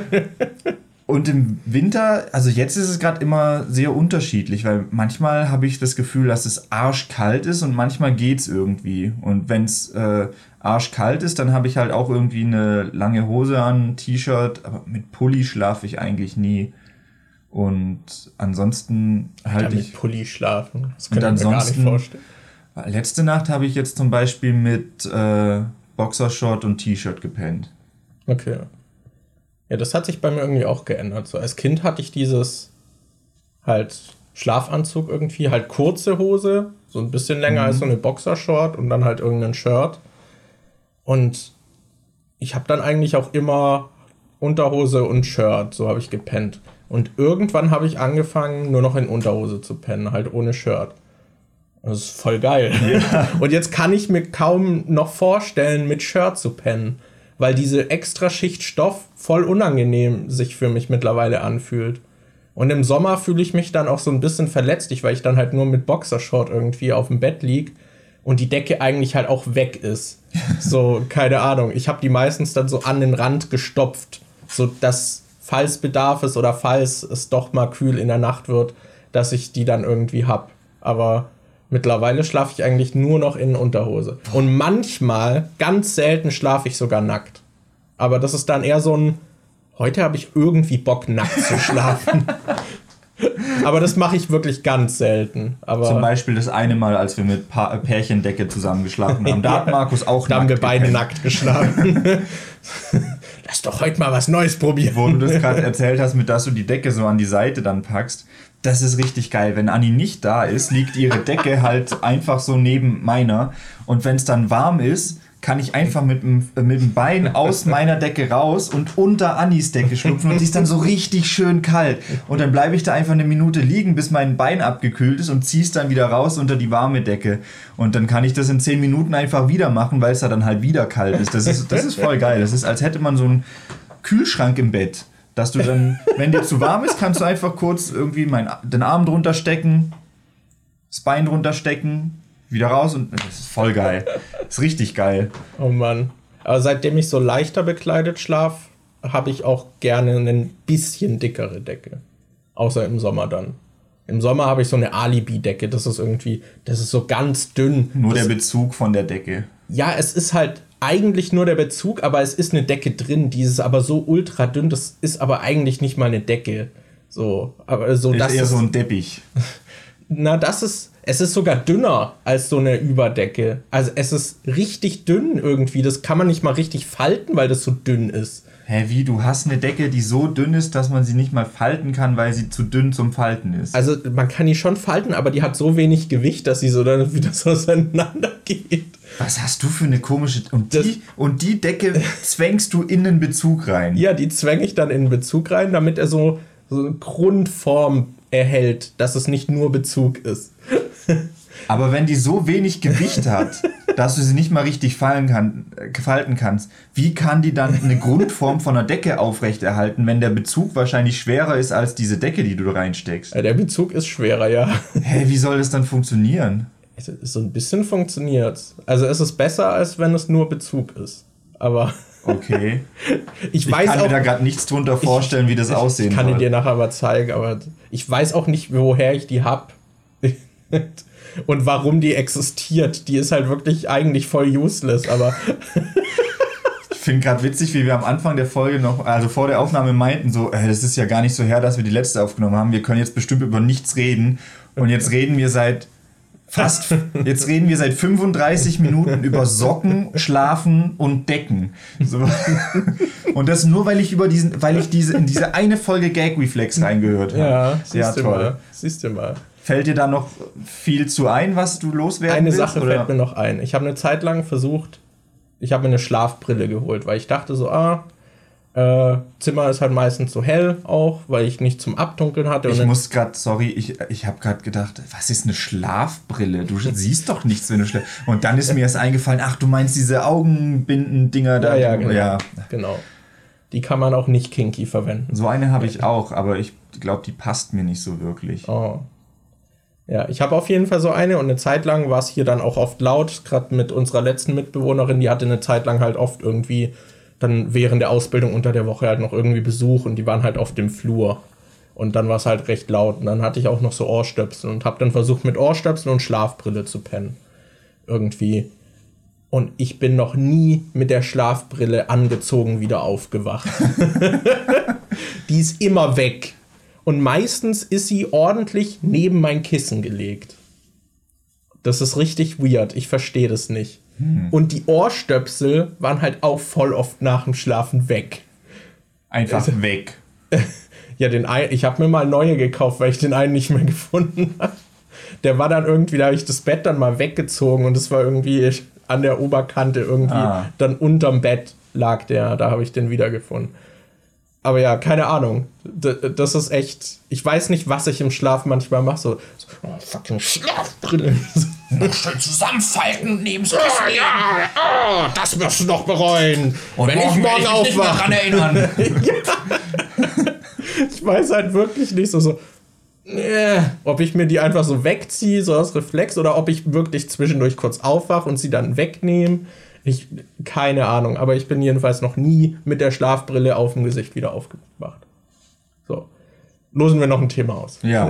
Und im Winter, also jetzt ist es gerade immer sehr unterschiedlich, weil manchmal habe ich das Gefühl, dass es arschkalt ist und manchmal geht's irgendwie. Und wenn es äh, arschkalt ist, dann habe ich halt auch irgendwie eine lange Hose an, ein T-Shirt, aber mit Pulli schlafe ich eigentlich nie. Und ansonsten halt ich... mit Pulli schlafen, das kann ich mir gar nicht vorstellen. Letzte Nacht habe ich jetzt zum Beispiel mit äh, Boxershort und T-Shirt gepennt. Okay. Ja, das hat sich bei mir irgendwie auch geändert. So als Kind hatte ich dieses halt Schlafanzug irgendwie, halt kurze Hose, so ein bisschen länger mhm. als so eine Boxershort und dann halt irgendein Shirt. Und ich habe dann eigentlich auch immer Unterhose und Shirt, so habe ich gepennt. Und irgendwann habe ich angefangen, nur noch in Unterhose zu pennen, halt ohne Shirt. Das ist voll geil. Ja. Und jetzt kann ich mir kaum noch vorstellen, mit Shirt zu pennen. Weil diese extra Schicht Stoff voll unangenehm sich für mich mittlerweile anfühlt. Und im Sommer fühle ich mich dann auch so ein bisschen verletzlich, weil ich dann halt nur mit Boxershort irgendwie auf dem Bett lieg und die Decke eigentlich halt auch weg ist. So, keine Ahnung. Ich habe die meistens dann so an den Rand gestopft, so dass, falls Bedarf ist oder falls es doch mal kühl in der Nacht wird, dass ich die dann irgendwie hab. Aber mittlerweile schlafe ich eigentlich nur noch in Unterhose. Und manchmal, ganz selten, schlafe ich sogar nackt. Aber das ist dann eher so ein, heute habe ich irgendwie Bock, nackt zu schlafen. Aber das mache ich wirklich ganz selten. Aber zum Beispiel das eine Mal, als wir mit pa- Pärchendecke zusammen geschlafen haben. Da hat Markus auch da nackt Da haben wir beide gepennt. nackt geschlafen. Lass doch heute mal was Neues probieren. Wo du das gerade erzählt hast, mit dass du die Decke so an die Seite dann packst. Das ist richtig geil. Wenn Anni nicht da ist, liegt ihre Decke halt einfach so neben meiner. Und wenn es dann warm ist, kann ich einfach mit dem, mit dem Bein aus meiner Decke raus und unter Annis Decke schlupfen und die ist dann so richtig schön kalt. Und dann bleibe ich da einfach eine Minute liegen, bis mein Bein abgekühlt ist und ziehe es dann wieder raus unter die warme Decke. Und dann kann ich das in zehn Minuten einfach wieder machen, weil es da dann halt wieder kalt ist. Das ist, das ist voll geil. Das ist, als hätte man so einen Kühlschrank im Bett. Dass du dann, wenn dir zu warm ist, kannst du einfach kurz irgendwie mein, den Arm drunter stecken, das Bein drunter stecken, wieder raus und das ist voll geil. Das ist richtig geil. Oh Mann. Aber seitdem ich so leichter bekleidet schlaf, habe ich auch gerne eine bisschen dickere Decke. Außer im Sommer dann. Im Sommer habe ich so eine Alibi-Decke. Das ist irgendwie, das ist so ganz dünn. Nur das, der Bezug von der Decke. Ja, es ist halt eigentlich nur der Bezug, aber es ist eine Decke drin. Die ist aber so ultra dünn, das ist aber eigentlich nicht mal eine Decke. So, aber so ist das eher ist so ein Teppich. Na, das ist, es ist sogar dünner als so eine Überdecke. Also es ist richtig dünn irgendwie. Das kann man nicht mal richtig falten, weil das so dünn ist. Hä, wie? Du hast eine Decke, die so dünn ist, dass man sie nicht mal falten kann, weil sie zu dünn zum Falten ist. Also man kann die schon falten, aber die hat so wenig Gewicht, dass sie so dann wieder so auseinander geht. Was hast du für eine komische... Und die, und die Decke zwängst du in den Bezug rein? Ja, die zwänge ich dann in den Bezug rein, damit er so, so eine Grundform erhält, dass es nicht nur Bezug ist. Aber wenn die so wenig Gewicht hat, dass du sie nicht mal richtig fallen kann, äh, falten kannst, wie kann die dann eine Grundform von einer Decke aufrechterhalten, wenn der Bezug wahrscheinlich schwerer ist als diese Decke, die du reinsteckst? Ja, der Bezug ist schwerer, ja. Hä, wie soll das dann funktionieren? So ein bisschen funktioniert. Also es ist besser, als wenn es nur Bezug ist. Aber... Okay. Ich, weiß ich kann auch, mir da gerade nichts drunter vorstellen, ich, wie das ich, aussehen soll. Ich kann ihn dir nachher aber zeigen, aber ich weiß auch nicht, woher ich die hab. Und warum die existiert. Die ist halt wirklich eigentlich voll useless, aber... Ich finde gerade witzig, wie wir am Anfang der Folge noch, also vor der Aufnahme meinten, so, äh, das ist ja gar nicht so her, dass wir die letzte aufgenommen haben. Wir können jetzt bestimmt über nichts reden. Und jetzt reden wir seit fast, jetzt reden wir seit fünfunddreißig Minuten über Socken, Schlafen und Decken. So. Und das nur, weil ich über diesen, weil ich diese, in diese eine Folge Gag Reflex reingehört habe. Ja, siehst ja, du toll. mal. Siehst du mal. Fällt dir da noch viel zu ein, was du loswerden Eine willst? Sache oder? fällt mir noch ein. Ich habe eine Zeit lang versucht, ich habe mir eine Schlafbrille geholt, weil ich dachte so, ah, äh, Zimmer ist halt meistens so hell auch, weil ich nicht zum Abdunkeln hatte. Ich und muss gerade, sorry, ich, ich habe gerade gedacht, was ist eine Schlafbrille? Du siehst doch nichts, wenn du schläfst. Und dann ist mir erst eingefallen, ach, du meinst diese Augenbinden-Dinger da. Ja, ja, genau. ja, genau. Die kann man auch nicht kinky verwenden. So eine habe ich auch, aber ich glaube, die passt mir nicht so wirklich. Oh. Ja, ich habe auf jeden Fall so eine und eine Zeit lang war es hier dann auch oft laut, gerade mit unserer letzten Mitbewohnerin, die hatte eine Zeit lang halt oft irgendwie dann während der Ausbildung unter der Woche halt noch irgendwie Besuch und die waren halt auf dem Flur und dann war es halt recht laut und dann hatte ich auch noch so Ohrstöpsel und habe dann versucht mit Ohrstöpseln und Schlafbrille zu pennen. Irgendwie. Und ich bin noch nie mit der Schlafbrille angezogen wieder aufgewacht. Die ist immer weg. Und meistens ist sie ordentlich neben mein Kissen gelegt. Das ist richtig weird. Ich verstehe das nicht. Hm. Und die Ohrstöpsel waren halt auch voll oft nach dem Schlafen weg. Einfach also, weg. Ja, den ein, ich habe mir mal neue gekauft, weil ich den einen nicht mehr gefunden habe. Der war dann irgendwie, da habe ich das Bett dann mal weggezogen und es war irgendwie an der Oberkante irgendwie, ah. dann unterm Bett lag der, da habe ich den wiedergefunden. Aber ja, keine Ahnung. D- das ist echt... Ich weiß nicht, was ich im Schlaf manchmal mache. So, so oh, fucking Schlafbrille. Noch schön zusammenfalten neben so. Oh, ja, oh, das wirst du noch bereuen. Und wenn ich morgen aufwache. Daran erinnern. Ja. Ich weiß halt wirklich nicht so, so äh, ob ich mir die einfach so wegziehe, so aus Reflex, oder ob ich wirklich zwischendurch kurz aufwache und sie dann wegnehme. Ich, keine Ahnung, aber ich bin jedenfalls noch nie mit der Schlafbrille auf dem Gesicht wieder aufgewacht. So, losen wir noch ein Thema aus. Ja.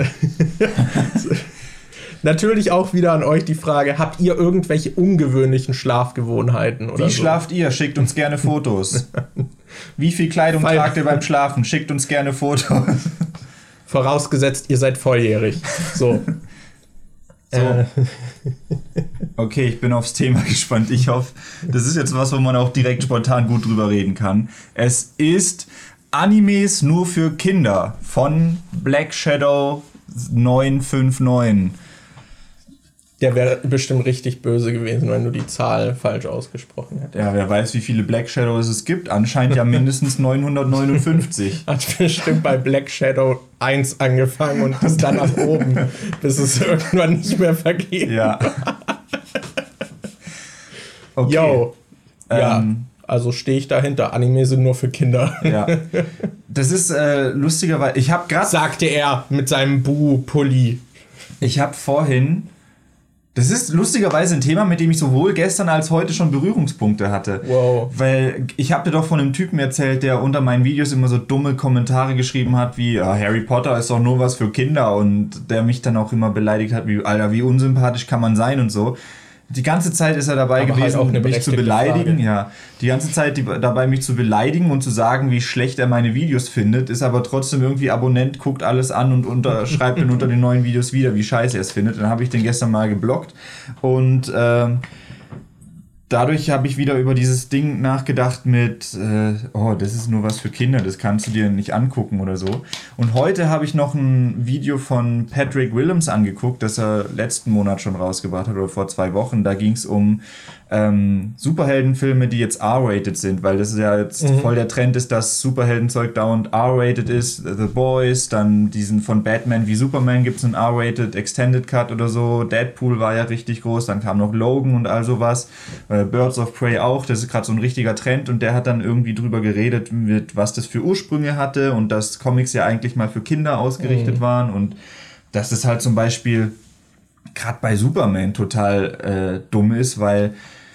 Natürlich auch wieder an euch die Frage, habt ihr irgendwelche ungewöhnlichen Schlafgewohnheiten oder Wie so? schlaft ihr? Schickt uns gerne Fotos. Wie viel Kleidung Fall. tragt ihr beim Schlafen? Schickt uns gerne Fotos. Vorausgesetzt, ihr seid volljährig. So. So. Äh. Okay, ich bin aufs Thema gespannt. Ich hoffe, das ist jetzt was, wo man auch direkt spontan gut drüber reden kann. Es ist Animes nur für Kinder von Black Shadow neun fünf neun. Der wäre bestimmt richtig böse gewesen, wenn du die Zahl falsch ausgesprochen hättest. Ja, wer weiß, wie viele Black Shadows es gibt. Anscheinend ja mindestens neunhundertneunundfünfzig. Hat bestimmt bei Black Shadow eins angefangen und ist dann nach oben, bis es irgendwann nicht mehr vergeht. Ja. Okay. Yo. Ja, ähm, also stehe ich dahinter. Anime sind nur für Kinder. Ja. Das ist äh, lustigerweise... Ich habe gerade... Sagte er mit seinem Bu-Pulli. Ich habe vorhin... Das ist lustigerweise ein Thema, mit dem ich sowohl gestern als heute schon Berührungspunkte hatte. Wow. Weil ich habe dir doch von einem Typen erzählt, der unter meinen Videos immer so dumme Kommentare geschrieben hat, wie ah, Harry Potter ist doch nur was für Kinder, und der mich dann auch immer beleidigt hat, wie Alter, wie unsympathisch kann man sein und so. Die ganze Zeit ist er dabei Aber gewesen, halt auch eine mich zu beleidigen. Frage. Ja, die ganze Zeit die, dabei, mich zu beleidigen und zu sagen, wie schlecht er meine Videos findet, ist aber trotzdem irgendwie Abonnent, guckt alles an und unter, schreibt dann unter den neuen Videos wieder, wie scheiße er es findet. Dann habe ich den gestern mal geblockt und ähm, dadurch habe ich wieder über dieses Ding nachgedacht mit, äh, oh, das ist nur was für Kinder, das kannst du dir nicht angucken oder so. Und heute habe ich noch ein Video von Patrick Willems angeguckt, das er letzten Monat schon rausgebracht hat oder vor zwei Wochen. Da ging es um ähm, Superheldenfilme, die jetzt R-rated sind, weil das ja jetzt mhm. voll der Trend ist, dass Superheldenzeug dauernd R-rated ist. The Boys, dann diesen von Batman wie Superman gibt es einen R-rated Extended Cut oder so. Deadpool war ja richtig groß, dann kam noch Logan und all sowas. Birds of Prey auch, das ist gerade so ein richtiger Trend, und der hat dann irgendwie drüber geredet, mit was das für Ursprünge hatte und dass Comics ja eigentlich mal für Kinder ausgerichtet mhm. waren, und dass das halt zum Beispiel gerade bei Superman total äh, dumm ist, weil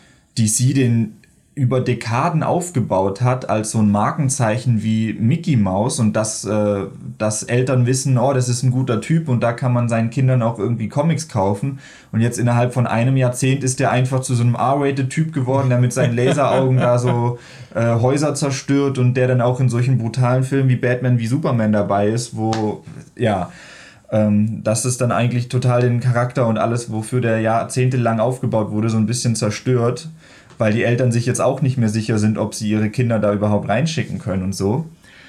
D C den über Dekaden aufgebaut hat als so ein Markenzeichen wie Mickey Mouse, und dass, äh, dass Eltern wissen, oh, das ist ein guter Typ und da kann man seinen Kindern auch irgendwie Comics kaufen, und jetzt innerhalb von einem Jahrzehnt ist der einfach zu so einem R-rated Typ geworden, der mit seinen Laseraugen da so äh, Häuser zerstört und der dann auch in solchen brutalen Filmen wie Batman wie Superman dabei ist, wo, ja, ähm, dass es dann eigentlich total den Charakter und alles, wofür der jahrzehntelang aufgebaut wurde, so ein bisschen zerstört, weil die Eltern sich jetzt auch nicht mehr sicher sind, ob sie ihre Kinder da überhaupt reinschicken können und so.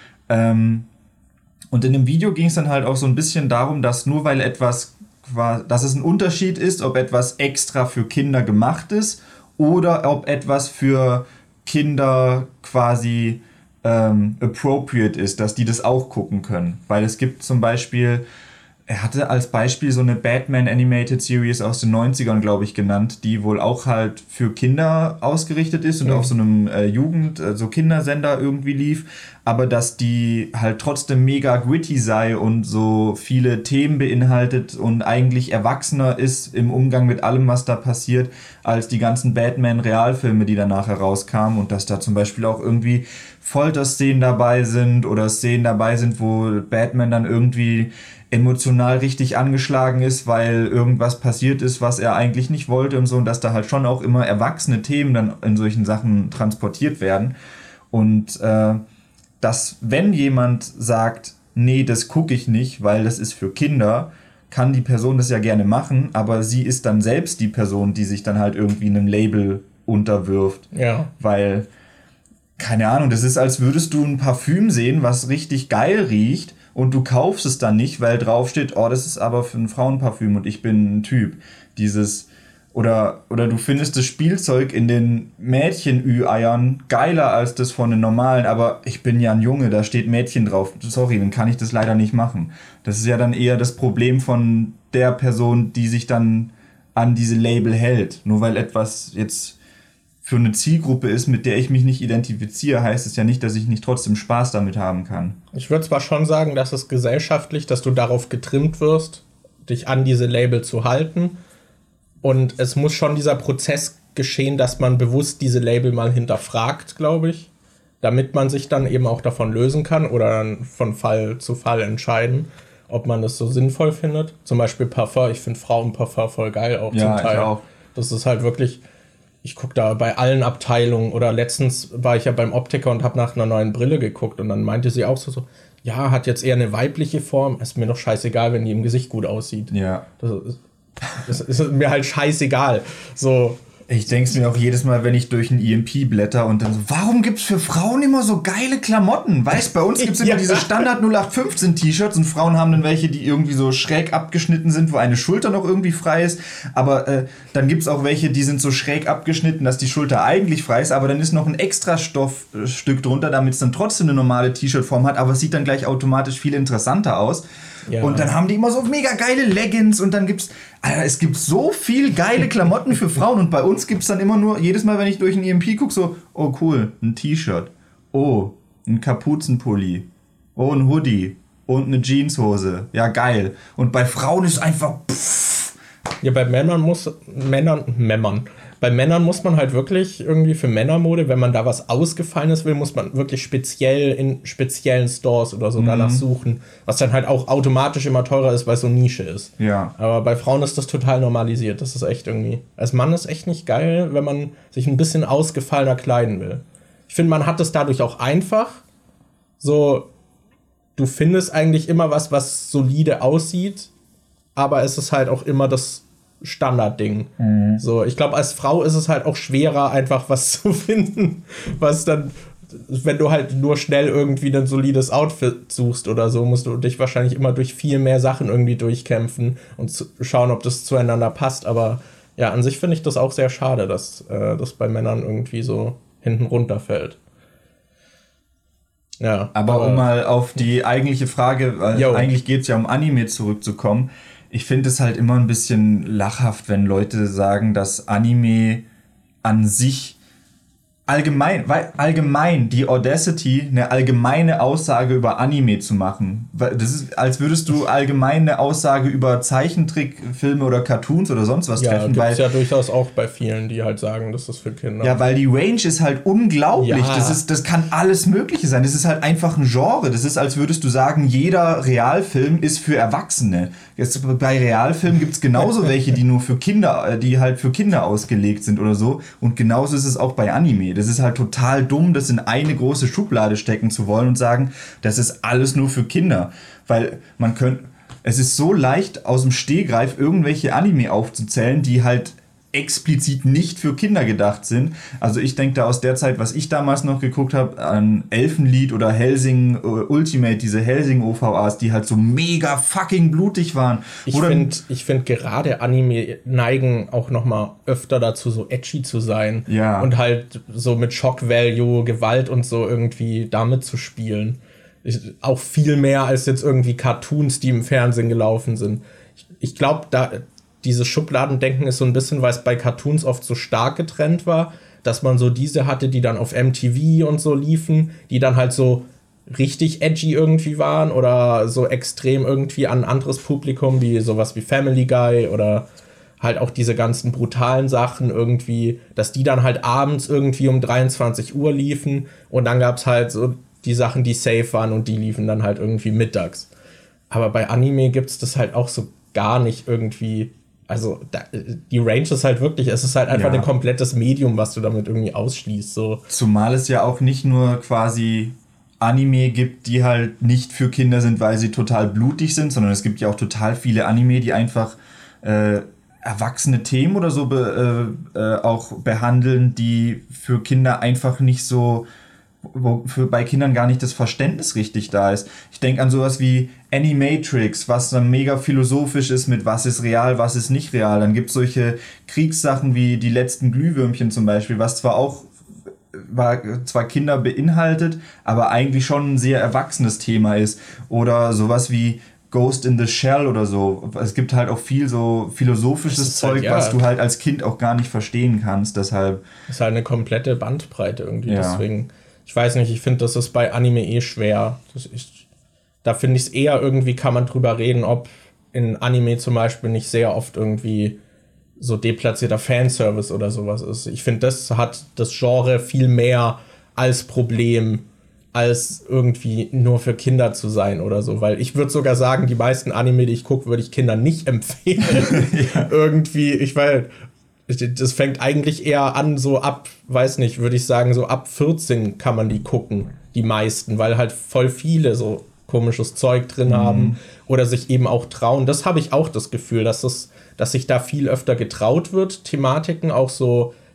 Ähm, und in dem Video ging es dann halt auch so ein bisschen darum, dass nur weil etwas, dass es ein Unterschied ist, ob etwas extra für Kinder gemacht ist oder ob etwas für Kinder quasi ähm, appropriate ist, dass die das auch gucken können. Weil es gibt zum Beispiel... Er hatte als Beispiel so eine Batman Animated Series aus den neunzigern, glaube ich, genannt, die wohl auch halt für Kinder ausgerichtet ist und mhm. auf so einem äh, Jugend-, äh, so Kindersender irgendwie lief, aber dass die halt trotzdem mega gritty sei und so viele Themen beinhaltet und eigentlich erwachsener ist im Umgang mit allem, was da passiert, als die ganzen Batman-Realfilme, die danach herauskamen, und dass da zum Beispiel auch irgendwie Folterszenen dabei sind oder Szenen dabei sind, wo Batman dann irgendwie emotional richtig angeschlagen ist, weil irgendwas passiert ist, was er eigentlich nicht wollte und so, und dass da halt schon auch immer erwachsene Themen dann in solchen Sachen transportiert werden. Und äh, dass, wenn jemand sagt, nee, das gucke ich nicht, weil das ist für Kinder, kann die Person das ja gerne machen, aber sie ist dann selbst die Person, die sich dann halt irgendwie einem Label unterwirft. Ja. Weil, keine Ahnung, das ist, als würdest du ein Parfüm sehen, was richtig geil riecht, und du kaufst es dann nicht, weil drauf steht, oh, das ist aber für ein Frauenparfüm und ich bin ein Typ. Dieses, oder, oder du findest das Spielzeug in den Mädchen-Ü-Eiern geiler als das von den normalen, aber ich bin ja ein Junge, da steht Mädchen drauf. Sorry, dann kann ich das leider nicht machen. Das ist ja dann eher das Problem von der Person, die sich dann an diese Label hält. Nur weil etwas jetzt für eine Zielgruppe ist, mit der ich mich nicht identifiziere, heißt es ja nicht, dass ich nicht trotzdem Spaß damit haben kann. Ich würde zwar schon sagen, dass es gesellschaftlich, dass du darauf getrimmt wirst, dich an diese Label zu halten, und es muss schon dieser Prozess geschehen, dass man bewusst diese Label mal hinterfragt, glaube ich, damit man sich dann eben auch davon lösen kann oder dann von Fall zu Fall entscheiden, ob man das so sinnvoll findet. Zum Beispiel Parfum, ich finde Frauenparfum voll geil auch ja, zum Teil. Ich auch. Das ist halt wirklich... Ich gucke da bei allen Abteilungen, oder letztens war ich ja beim Optiker und habe nach einer neuen Brille geguckt, und dann meinte sie auch so, so, ja, hat jetzt eher eine weibliche Form, ist mir doch scheißegal, wenn die im Gesicht gut aussieht. Ja. Das ist, das ist mir halt scheißegal. So, Ich denke es mir auch jedes Mal, wenn ich durch ein E M P blätter und dann so, warum gibt es für Frauen immer so geile Klamotten? Weißt, bei uns gibt es immer ja. diese Standard null acht fünfzehn T-Shirts und Frauen haben dann welche, die irgendwie so schräg abgeschnitten sind, wo eine Schulter noch irgendwie frei ist. Aber äh, dann gibt es auch welche, die sind so schräg abgeschnitten, dass die Schulter eigentlich frei ist, aber dann ist noch ein extra Stoffstück drunter, damit es dann trotzdem eine normale T-Shirt-Form hat, aber es sieht dann gleich automatisch viel interessanter aus. Ja. Und dann haben die immer so mega geile Leggings und dann gibt's, Alter, es gibt so viel geile Klamotten für Frauen und bei uns gibt's dann immer nur, jedes Mal, wenn ich durch ein E M P gucke, so, oh cool, ein T-Shirt, oh, ein Kapuzenpulli, oh, ein Hoodie und eine Jeanshose, ja geil. Und bei Frauen ist einfach, pff. Ja, bei Männern muss, Männern, Männern, bei Männern muss man halt wirklich irgendwie für Männermode, wenn man da was Ausgefallenes will, muss man wirklich speziell in speziellen Stores oder so mhm. danach suchen, was dann halt auch automatisch immer teurer ist, weil es so Nische ist. Ja. Aber bei Frauen ist das total normalisiert. Das ist echt irgendwie, als Mann ist echt nicht geil, wenn man sich ein bisschen ausgefallener kleiden will. Ich finde, man hat es dadurch auch einfach. So, du findest eigentlich immer was, was solide aussieht, aber es ist halt auch immer das Standardding. Mhm. So, ich glaube, als Frau ist es halt auch schwerer, einfach was zu finden, was dann, wenn du halt nur schnell irgendwie ein solides Outfit suchst oder so, musst du dich wahrscheinlich immer durch viel mehr Sachen irgendwie durchkämpfen und zu schauen, ob das zueinander passt. Aber ja, an sich finde ich das auch sehr schade, dass äh, das bei Männern irgendwie so hinten runterfällt. Ja, aber, aber um mal auf die eigentliche Frage, weil yo. eigentlich geht es ja um Anime zurückzukommen. Ich finde es halt immer ein bisschen lachhaft, wenn Leute sagen, dass Anime an sich allgemein, weil allgemein die Audacity, eine allgemeine Aussage über Anime zu machen. Das ist, als würdest du allgemein eine Aussage über Zeichentrickfilme oder Cartoons oder sonst was ja, treffen. Ja, gibt es ja durchaus auch bei vielen, die halt sagen, dass das für Kinder. Ja, weil die Range ist halt unglaublich. Ja. Das ist, das kann alles Mögliche sein. Das ist halt einfach ein Genre. Das ist, als würdest du sagen, jeder Realfilm ist für Erwachsene. Jetzt, bei Realfilmen gibt es genauso welche, die nur für Kinder, die halt für Kinder ausgelegt sind oder so. Und genauso ist es auch bei Anime. Das ist halt total dumm, das in eine große Schublade stecken zu wollen und sagen, das ist alles nur für Kinder. Weil man könnte, es ist so leicht aus dem Stehgreif irgendwelche Anime aufzuzählen, die halt explizit nicht für Kinder gedacht sind. Also ich denke da aus der Zeit, was ich damals noch geguckt habe, an Elfenlied oder Hellsing Ultimate, diese Hellsing O V As, die halt so mega fucking blutig waren. Ich finde ich find gerade Anime neigen auch nochmal öfter dazu, so edgy zu sein. Ja. Und halt so mit Shock Value, Gewalt und so irgendwie damit zu spielen. Ich, auch viel mehr als jetzt irgendwie Cartoons, die im Fernsehen gelaufen sind. Ich, ich glaube, da dieses Schubladendenken ist so ein bisschen, weil es bei Cartoons oft so stark getrennt war, dass man so diese hatte, die dann auf M T V und so liefen, die dann halt so richtig edgy irgendwie waren oder so extrem irgendwie an ein anderes Publikum, wie sowas wie Family Guy oder halt auch diese ganzen brutalen Sachen irgendwie, dass die dann halt abends irgendwie um dreiundzwanzig Uhr liefen und dann gab es halt so die Sachen, die safe waren und die liefen dann halt irgendwie mittags. Aber bei Anime gibt es das halt auch so gar nicht irgendwie. Also da, die Range ist halt wirklich, es ist halt einfach ja. ein komplettes Medium, was du damit irgendwie ausschließt. So. Zumal es ja auch nicht nur quasi Anime gibt, die halt nicht für Kinder sind, weil sie total blutig sind, sondern es gibt ja auch total viele Anime, die einfach äh, erwachsene Themen oder so be, äh, äh, auch behandeln, die für Kinder einfach nicht so, wo für bei Kindern gar nicht das Verständnis richtig da ist. Ich denke an sowas wie Animatrix, was dann mega philosophisch ist mit was ist real, was ist nicht real. Dann gibt es solche Kriegssachen wie die letzten Glühwürmchen zum Beispiel, was zwar auch war, zwar Kinder beinhaltet, aber eigentlich schon ein sehr erwachsenes Thema ist. Oder sowas wie Ghost in the Shell oder so. Es gibt halt auch viel so philosophisches Zeug, halt, ja, was du halt als Kind auch gar nicht verstehen kannst. Deshalb. Das ist halt eine komplette Bandbreite irgendwie, ja. Deswegen. Ich weiß nicht, ich finde, das ist bei Anime eh schwer. Das ist, da finde ich es eher irgendwie, kann man drüber reden, ob in Anime zum Beispiel nicht sehr oft irgendwie so deplatzierter Fanservice oder sowas ist. Ich finde, das hat das Genre viel mehr als Problem, als irgendwie nur für Kinder zu sein oder so. Weil ich würde sogar sagen, die meisten Anime, die ich gucke, würde ich Kindern nicht empfehlen. Ja. Irgendwie, ich weiß, das fängt eigentlich eher an, so ab, weiß nicht, würde ich sagen, so ab vierzehn kann man die gucken, die meisten, weil halt voll viele so komisches Zeug drin mhm. haben oder sich eben auch trauen. Das habe ich auch das Gefühl, dass, das, dass sich da viel öfter getraut wird, Thematiken auch so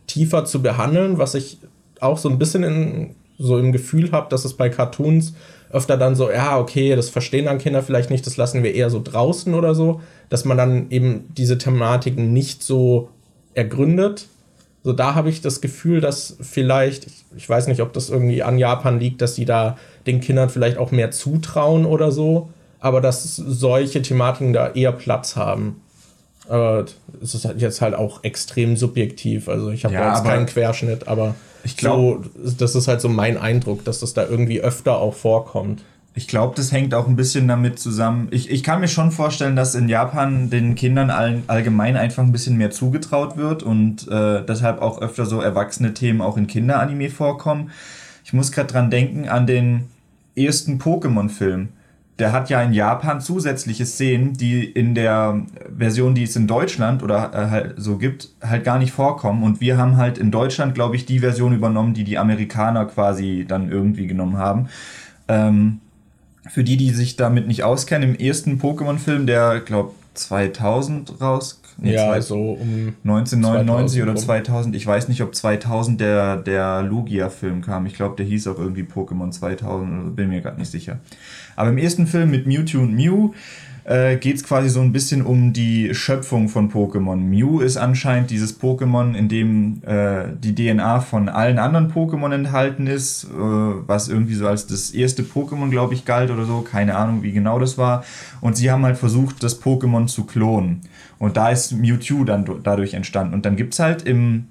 tiefer zu behandeln, was ich auch so ein bisschen in, so im Gefühl habe, dass es bei Cartoons öfter dann so, ja, okay, das verstehen dann Kinder vielleicht nicht, das lassen wir eher so draußen oder so, dass man dann eben diese Thematiken nicht so ergründet. So, da habe ich das Gefühl, dass vielleicht, ich, ich weiß nicht, ob das irgendwie an Japan liegt, dass sie da den Kindern vielleicht auch mehr zutrauen oder so, aber dass solche Thematiken da eher Platz haben. Aber es ist jetzt halt auch extrem subjektiv. Also ich habe ja, jetzt keinen Querschnitt, aber ich glaube, so, das ist halt so mein Eindruck, dass das da irgendwie öfter auch vorkommt. Ich glaube, das hängt auch ein bisschen damit zusammen. Ich, ich kann mir schon vorstellen, dass in Japan den Kindern all, allgemein einfach ein bisschen mehr zugetraut wird und äh, deshalb auch öfter so erwachsene Themen auch in Kinderanime vorkommen. Ich muss gerade dran denken an den ersten Pokémon-Film. Der hat ja in Japan zusätzliche Szenen, die in der Version, die es in Deutschland oder äh, halt so gibt, halt gar nicht vorkommen. Und wir haben halt in Deutschland, glaube ich, die Version übernommen, die die Amerikaner quasi dann irgendwie genommen haben. Ähm, für die, die sich damit nicht auskennen, im ersten Pokémon-Film, der, glaube zweitausend raus... Nee, ja, zwei, so um neunzehnhundertneunundneunzig oder zweitausend. Ich weiß nicht, ob zweitausend der, der Lugia-Film kam. Ich glaube, der hieß auch irgendwie Pokémon zweitausend. Bin mir gerade nicht sicher. Aber im ersten Film mit Mewtwo und Mew äh, geht es quasi so ein bisschen um die Schöpfung von Pokémon. Mew ist anscheinend dieses Pokémon, in dem äh, die D N A von allen anderen Pokémon enthalten ist, äh, was irgendwie so als das erste Pokémon, glaube ich, galt oder so. Keine Ahnung, wie genau das war. Und sie haben halt versucht, das Pokémon zu klonen. Und da ist Mewtwo dann dadurch entstanden. Und dann gibt es halt im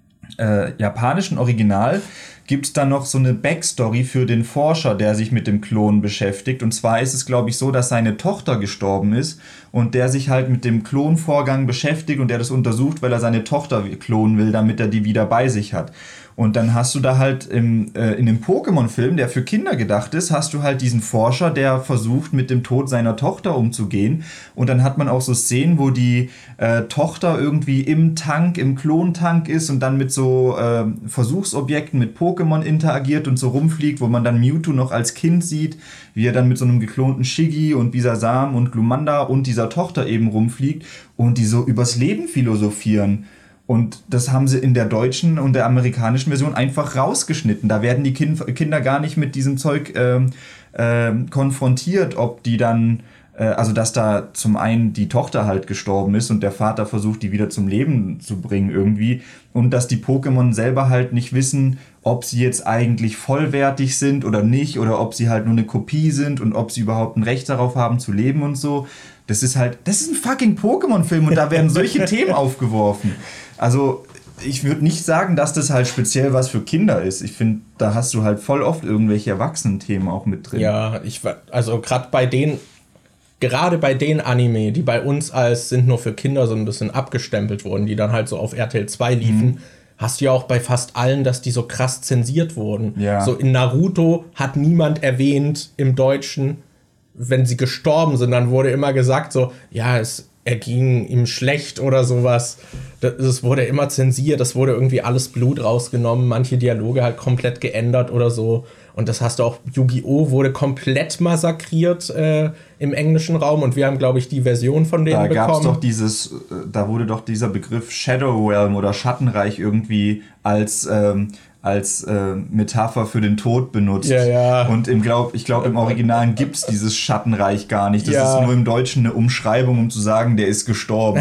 äh, japanischen Original gibt es dann noch so eine Backstory für den Forscher, der sich mit dem Klonen beschäftigt. Und zwar ist es, glaube ich, so, dass seine Tochter gestorben ist und der sich halt mit dem Klonvorgang beschäftigt und der das untersucht, weil er seine Tochter klonen will, damit er die wieder bei sich hat. Und dann hast du da halt im, äh, in dem Pokémon-Film, der für Kinder gedacht ist, hast du halt diesen Forscher, der versucht, mit dem Tod seiner Tochter umzugehen. Und dann hat man auch so Szenen, wo die äh, Tochter irgendwie im Tank, im Klontank ist und dann mit so äh, Versuchsobjekten, mit Pokémon interagiert und so rumfliegt, wo man dann Mewtwo noch als Kind sieht, wie er dann mit so einem geklonten Shiggy und Bisasam und Glumanda und dieser Tochter eben rumfliegt und die so übers Leben philosophieren. Und das haben sie in der deutschen und der amerikanischen Version einfach rausgeschnitten. Da werden die kind, Kinder gar nicht mit diesem Zeug ähm, ähm, konfrontiert, ob die dann, äh, also dass da zum einen die Tochter halt gestorben ist und der Vater versucht, die wieder zum Leben zu bringen irgendwie. Und dass die Pokémon selber halt nicht wissen, ob sie jetzt eigentlich vollwertig sind oder nicht. Oder ob sie halt nur eine Kopie sind und ob sie überhaupt ein Recht darauf haben zu leben und so. Das ist halt, das ist ein fucking Pokémon-Film und da werden solche Themen aufgeworfen. Also ich würde nicht sagen, dass das halt speziell was für Kinder ist. Ich finde, da hast du halt voll oft irgendwelche Erwachsenen-Themen auch mit drin. Ja, ich also gerade bei den, gerade bei den Anime, die bei uns als sind nur für Kinder so ein bisschen abgestempelt wurden, die dann halt so auf R T L zwei liefen, mhm. hast du ja auch bei fast allen, dass die so krass zensiert wurden. Ja. So in Naruto hat niemand erwähnt im Deutschen, wenn sie gestorben sind, dann wurde immer gesagt so, ja, es er ging ihm schlecht oder sowas. Das, das wurde immer zensiert, das wurde irgendwie alles Blut rausgenommen, manche Dialoge halt komplett geändert oder so. Und das hast du auch, Yu-Gi-Oh! Wurde komplett massakriert äh, im englischen Raum und wir haben, glaube ich, die Version von denen da bekommen. Da gab's doch dieses, da wurde doch dieser Begriff Shadow Realm oder Schattenreich irgendwie als ähm, als äh, Metapher für den Tod benutzt. Ja, ja. Und im glaub, ich glaube, im Original gibt es dieses Schattenreich gar nicht. Das ja. ist nur im Deutschen eine Umschreibung, um zu sagen, der ist gestorben.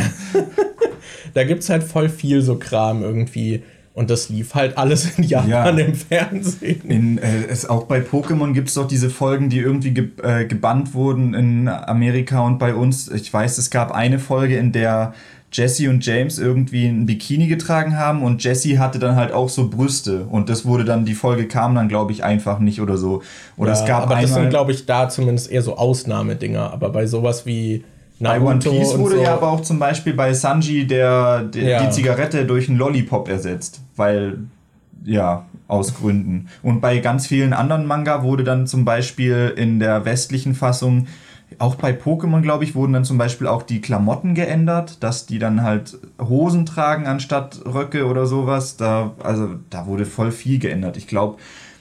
Da gibt es halt voll viel so Kram irgendwie. Und das lief halt alles in Japan ja. im Fernsehen. In, äh, es, auch bei Pokémon gibt es doch diese Folgen, die irgendwie ge- äh, gebannt wurden in Amerika und bei uns. Ich weiß, es gab eine Folge, in der Jessie und James irgendwie ein Bikini getragen haben und Jessie hatte dann halt auch so Brüste und das wurde dann, die Folge kam dann, glaube ich, einfach nicht oder so. Oder ja, es gab aber das einmal, sind, glaube ich, da zumindest eher so Ausnahmedinger, aber bei sowas wie Naruto bei One Piece wurde so ja aber auch zum Beispiel bei Sanji der, der ja. die Zigarette durch einen Lollipop ersetzt, weil, ja, aus Gründen. Und bei ganz vielen anderen Manga wurde dann zum Beispiel in der westlichen Fassung, auch bei Pokémon, glaube ich, wurden dann zum Beispiel auch die Klamotten geändert, dass die dann halt Hosen tragen anstatt Röcke oder sowas. Da, also, da wurde voll viel geändert. Ich glaube,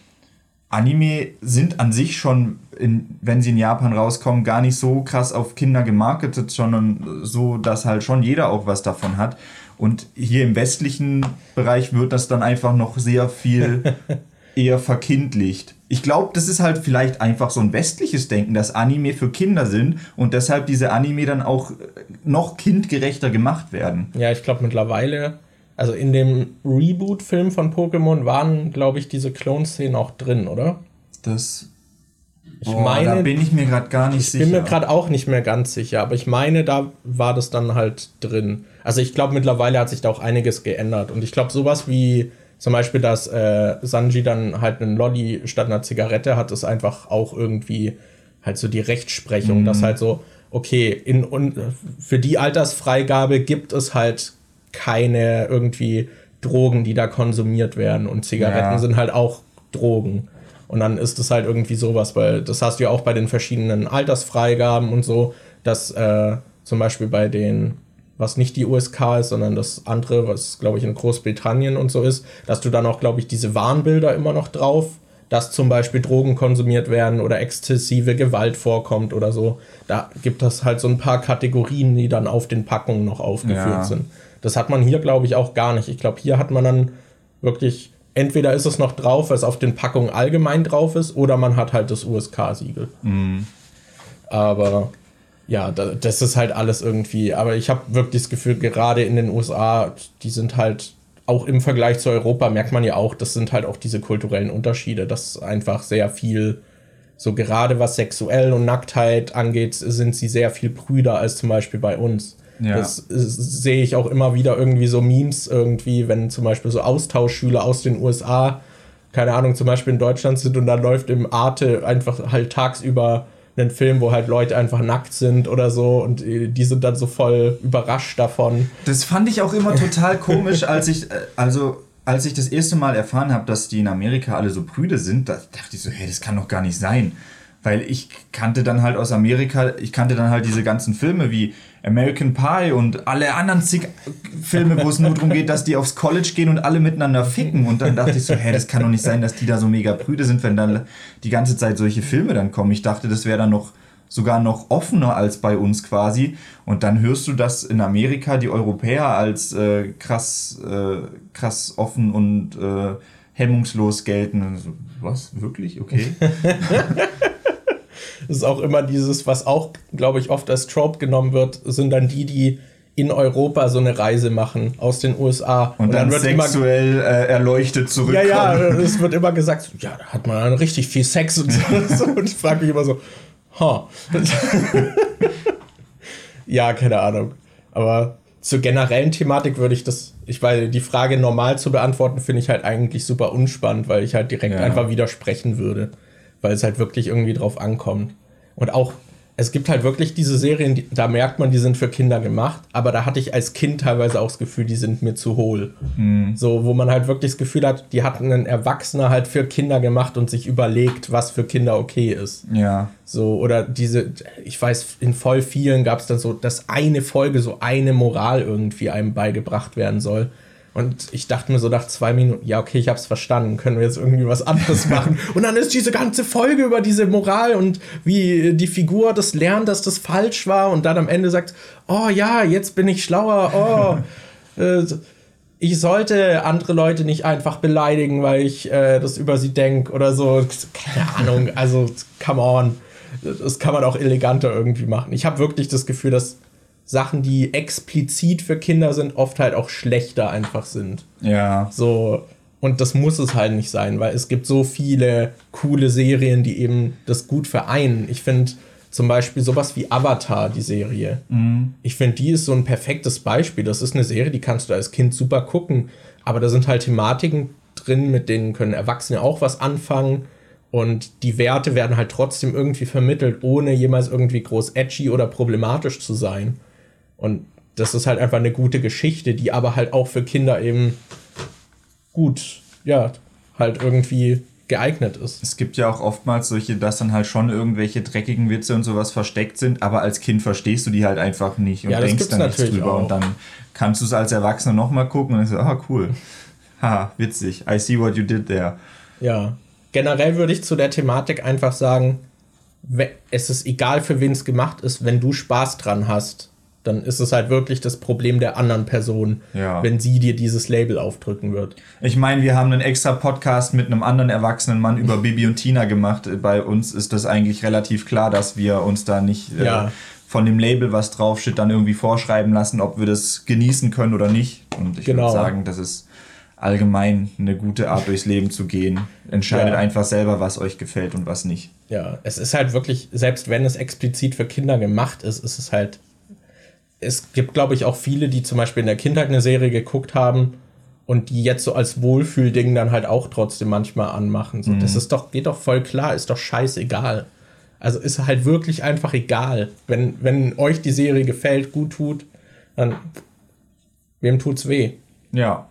Anime sind an sich schon, in, wenn sie in Japan rauskommen, gar nicht so krass auf Kinder gemarketet, sondern so, dass halt schon jeder auch was davon hat. Und hier im westlichen Bereich wird das dann einfach noch sehr viel eher verkindlicht. Ich glaube, das ist halt vielleicht einfach so ein westliches Denken, dass Anime für Kinder sind und deshalb diese Anime dann auch noch kindgerechter gemacht werden. Ja, ich glaube mittlerweile, also in dem Reboot-Film von Pokémon waren, glaube ich, diese Clone-Szenen auch drin, oder? Das... Ich oh, meine, da bin ich mir gerade gar nicht ich sicher. Ich bin mir gerade auch nicht mehr ganz sicher, aber ich meine, da war das dann halt drin. Also ich glaube, mittlerweile hat sich da auch einiges geändert. Und ich glaube, sowas wie zum Beispiel, dass äh, Sanji dann halt einen Lolli statt einer Zigarette hat, ist einfach auch irgendwie halt so die Rechtsprechung, mhm. dass halt so, okay, in, und für die Altersfreigabe gibt es halt keine irgendwie Drogen, die da konsumiert werden. Und Zigaretten ja. sind halt auch Drogen. Und dann ist es halt irgendwie sowas, weil das hast du ja auch bei den verschiedenen Altersfreigaben und so, dass äh, zum Beispiel bei den, was nicht die U S K ist, sondern das andere, was glaube ich in Großbritannien und so ist, dass du dann auch, glaube ich, diese Warnbilder immer noch drauf, dass zum Beispiel Drogen konsumiert werden oder exzessive Gewalt vorkommt oder so. Da gibt es halt so ein paar Kategorien, die dann auf den Packungen noch aufgeführt ja. sind. Das hat man hier, glaube ich, auch gar nicht. Ich glaube, hier hat man dann wirklich... Entweder ist es noch drauf, weil es auf den Packungen allgemein drauf ist, oder man hat halt das U S K-Siegel. Mhm. Aber ja, das ist halt alles irgendwie. Aber ich habe wirklich das Gefühl, gerade in den U S A, die sind halt, auch im Vergleich zu Europa, merkt man ja auch, das sind halt auch diese kulturellen Unterschiede, dass einfach sehr viel, so gerade was sexuell und Nacktheit angeht, sind sie sehr viel prüder als zum Beispiel bei uns. Ja. Das sehe ich auch immer wieder irgendwie so Memes irgendwie, wenn zum Beispiel so Austauschschüler aus den U S A, keine Ahnung, zum Beispiel in Deutschland sind und dann läuft im Arte einfach halt tagsüber ein Film, wo halt Leute einfach nackt sind oder so und die sind dann so voll überrascht davon. Das fand ich auch immer total komisch, als ich, also als ich das erste Mal erfahren habe, dass die in Amerika alle so prüde sind, da dachte ich so, hey, das kann doch gar nicht sein. Weil ich kannte dann halt aus Amerika, ich kannte dann halt diese ganzen Filme wie American Pie und alle anderen zig Filme, wo es nur darum geht, dass die aufs College gehen und alle miteinander ficken. Und dann dachte ich so, hä, das kann doch nicht sein, dass die da so mega prüde sind, wenn dann die ganze Zeit solche Filme dann kommen. Ich dachte, das wäre dann noch sogar noch offener als bei uns quasi. Und dann hörst du, dass in Amerika die Europäer als äh, krass, äh, krass offen und äh, hemmungslos gelten. Und so, was? Wirklich? Okay. Das ist auch immer dieses, was auch, glaube ich, oft als Trope genommen wird, sind dann die, die in Europa so eine Reise machen aus den U S A. Und, und dann, dann wird sexuell immer, äh, erleuchtet zurückkommen. Ja, ja, es wird immer gesagt, ja, da hat man dann richtig viel Sex und so. Und ich frage mich immer so, ha. Ja, keine Ahnung. Aber zur generellen Thematik würde ich das, ich weiß, die Frage normal zu beantworten, finde ich halt eigentlich super unspannend, weil ich halt direkt ja. einfach widersprechen würde. Weil es halt wirklich irgendwie drauf ankommt. Und auch, es gibt halt wirklich diese Serien, die, da merkt man, die sind für Kinder gemacht, aber da hatte ich als Kind teilweise auch das Gefühl, die sind mir zu hohl. Mhm. So, wo man halt wirklich das Gefühl hat, die hatten einen Erwachsener halt für Kinder gemacht und sich überlegt, was für Kinder okay ist. Ja. So, oder diese, ich weiß, in voll vielen gab es dann so, dass eine Folge so eine Moral irgendwie einem beigebracht werden soll. Und ich dachte mir so nach zwei Minuten, ja, okay, ich hab's verstanden, können wir jetzt irgendwie was anderes machen? Und dann ist diese ganze Folge über diese Moral und wie die Figur das lernt, dass das falsch war und dann am Ende sagt, oh ja, jetzt bin ich schlauer, oh, äh, ich sollte andere Leute nicht einfach beleidigen, weil ich äh, das über sie denke oder so. Keine Ahnung, also come on. Das kann man auch eleganter irgendwie machen. Ich habe wirklich das Gefühl, dass Sachen, die explizit für Kinder sind, oft halt auch schlechter einfach sind. Ja. So, und das muss es halt nicht sein, weil es gibt so viele coole Serien, die eben das gut vereinen. Ich finde zum Beispiel sowas wie Avatar, die Serie. Mhm. Ich finde, die ist so ein perfektes Beispiel. Das ist eine Serie, die kannst du als Kind super gucken, aber da sind halt Thematiken drin, mit denen können Erwachsene auch was anfangen. Und die Werte werden halt trotzdem irgendwie vermittelt, ohne jemals irgendwie groß edgy oder problematisch zu sein. Und das ist halt einfach eine gute Geschichte, die aber halt auch für Kinder eben gut, ja, halt irgendwie geeignet ist. Es gibt ja auch oftmals solche, dass dann halt schon irgendwelche dreckigen Witze und sowas versteckt sind, aber als Kind verstehst du die halt einfach nicht und ja, denkst dann nichts drüber. Auch. Und dann kannst du es als Erwachsener nochmal gucken und denkst, ah, cool. Ha, witzig. I see what you did there. Ja. Generell würde ich zu der Thematik einfach sagen, es ist egal, für wen es gemacht ist, wenn du Spaß dran hast, Dann ist es halt wirklich das Problem der anderen Person, ja. wenn sie dir dieses Label aufdrücken wird. Ich meine, wir haben einen extra Podcast mit einem anderen erwachsenen Mann über Bibi und Tina gemacht. Bei uns ist das eigentlich relativ klar, dass wir uns da nicht ja. äh, von dem Label, was draufsteht, dann irgendwie vorschreiben lassen, ob wir das genießen können oder nicht. Und ich genau. würde sagen, das ist allgemein eine gute Art, durchs Leben zu gehen. Entscheidet ja. einfach selber, was euch gefällt und was nicht. Ja, es ist halt wirklich, selbst wenn es explizit für Kinder gemacht ist, ist es halt es gibt, glaube ich, auch viele, die zum Beispiel in der Kindheit eine Serie geguckt haben und die jetzt so als Wohlfühlding dann halt auch trotzdem manchmal anmachen. So, mhm. Das ist doch, geht doch voll klar, ist doch scheißegal. Also ist halt wirklich einfach egal. Wenn, wenn euch die Serie gefällt, gut tut, dann wem tut's weh? Ja.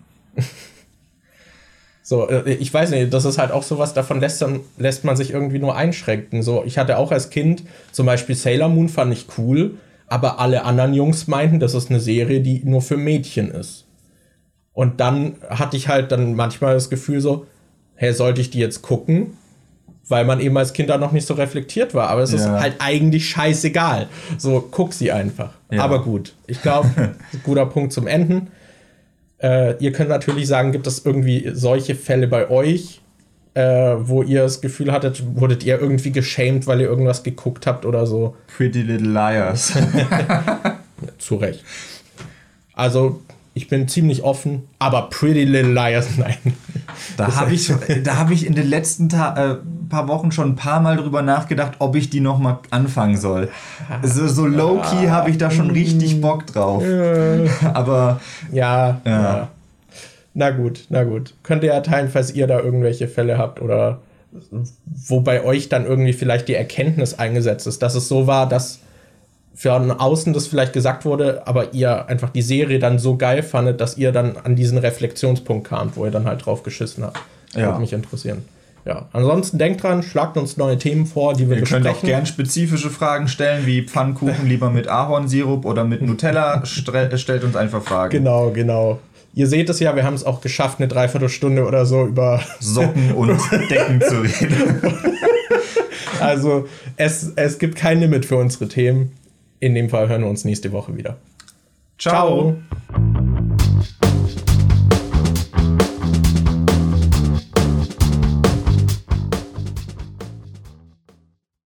So, ich weiß nicht, das ist halt auch sowas, davon lässt, dann, lässt man sich irgendwie nur einschränken. So, ich hatte auch als Kind zum Beispiel Sailor Moon, fand ich cool, aber alle anderen Jungs meinten, das ist eine Serie, die nur für Mädchen ist. Und dann hatte ich halt dann manchmal das Gefühl so, hey, sollte ich die jetzt gucken? Weil man eben als Kind da noch nicht so reflektiert war. Aber es ja. ist halt eigentlich scheißegal. So, guck sie einfach. Ja. Aber gut, ich glaube, guter Punkt zum Enden. Äh, ihr könnt natürlich sagen, gibt es irgendwie solche Fälle bei euch, äh, wo ihr das Gefühl hattet, wurdet ihr irgendwie geschämt, weil ihr irgendwas geguckt habt oder so? Pretty Little Liars. Zu Recht. Also, ich bin ziemlich offen, aber Pretty Little Liars, nein. Da habe ich, da hab ich in den letzten Ta- äh, paar Wochen schon ein paar Mal drüber nachgedacht, ob ich die noch mal anfangen soll. So, so low-key habe ich da schon richtig Bock drauf. Aber ja, ja. ja. Na gut, na gut. Könnt ihr ja teilen, falls ihr da irgendwelche Fälle habt oder wo bei euch dann irgendwie vielleicht die Erkenntnis eingesetzt ist, dass es so war, dass von außen das vielleicht gesagt wurde, aber ihr einfach die Serie dann so geil fandet, dass ihr dann an diesen Reflexionspunkt kamt, wo ihr dann halt drauf geschissen habt. Das ja. würde mich interessieren. Ja, ansonsten denkt dran, schlagt uns neue Themen vor, die wir ihr besprechen. Ihr könnt auch gern spezifische Fragen stellen, wie Pfannkuchen lieber mit Ahornsirup oder mit Nutella. Stre- stellt uns einfach Fragen. Genau, genau. Ihr seht es ja, wir haben es auch geschafft, eine Dreiviertelstunde oder so über Socken und Decken zu reden. Also, es, es gibt kein Limit für unsere Themen. In dem Fall hören wir uns nächste Woche wieder. Ciao. Ciao.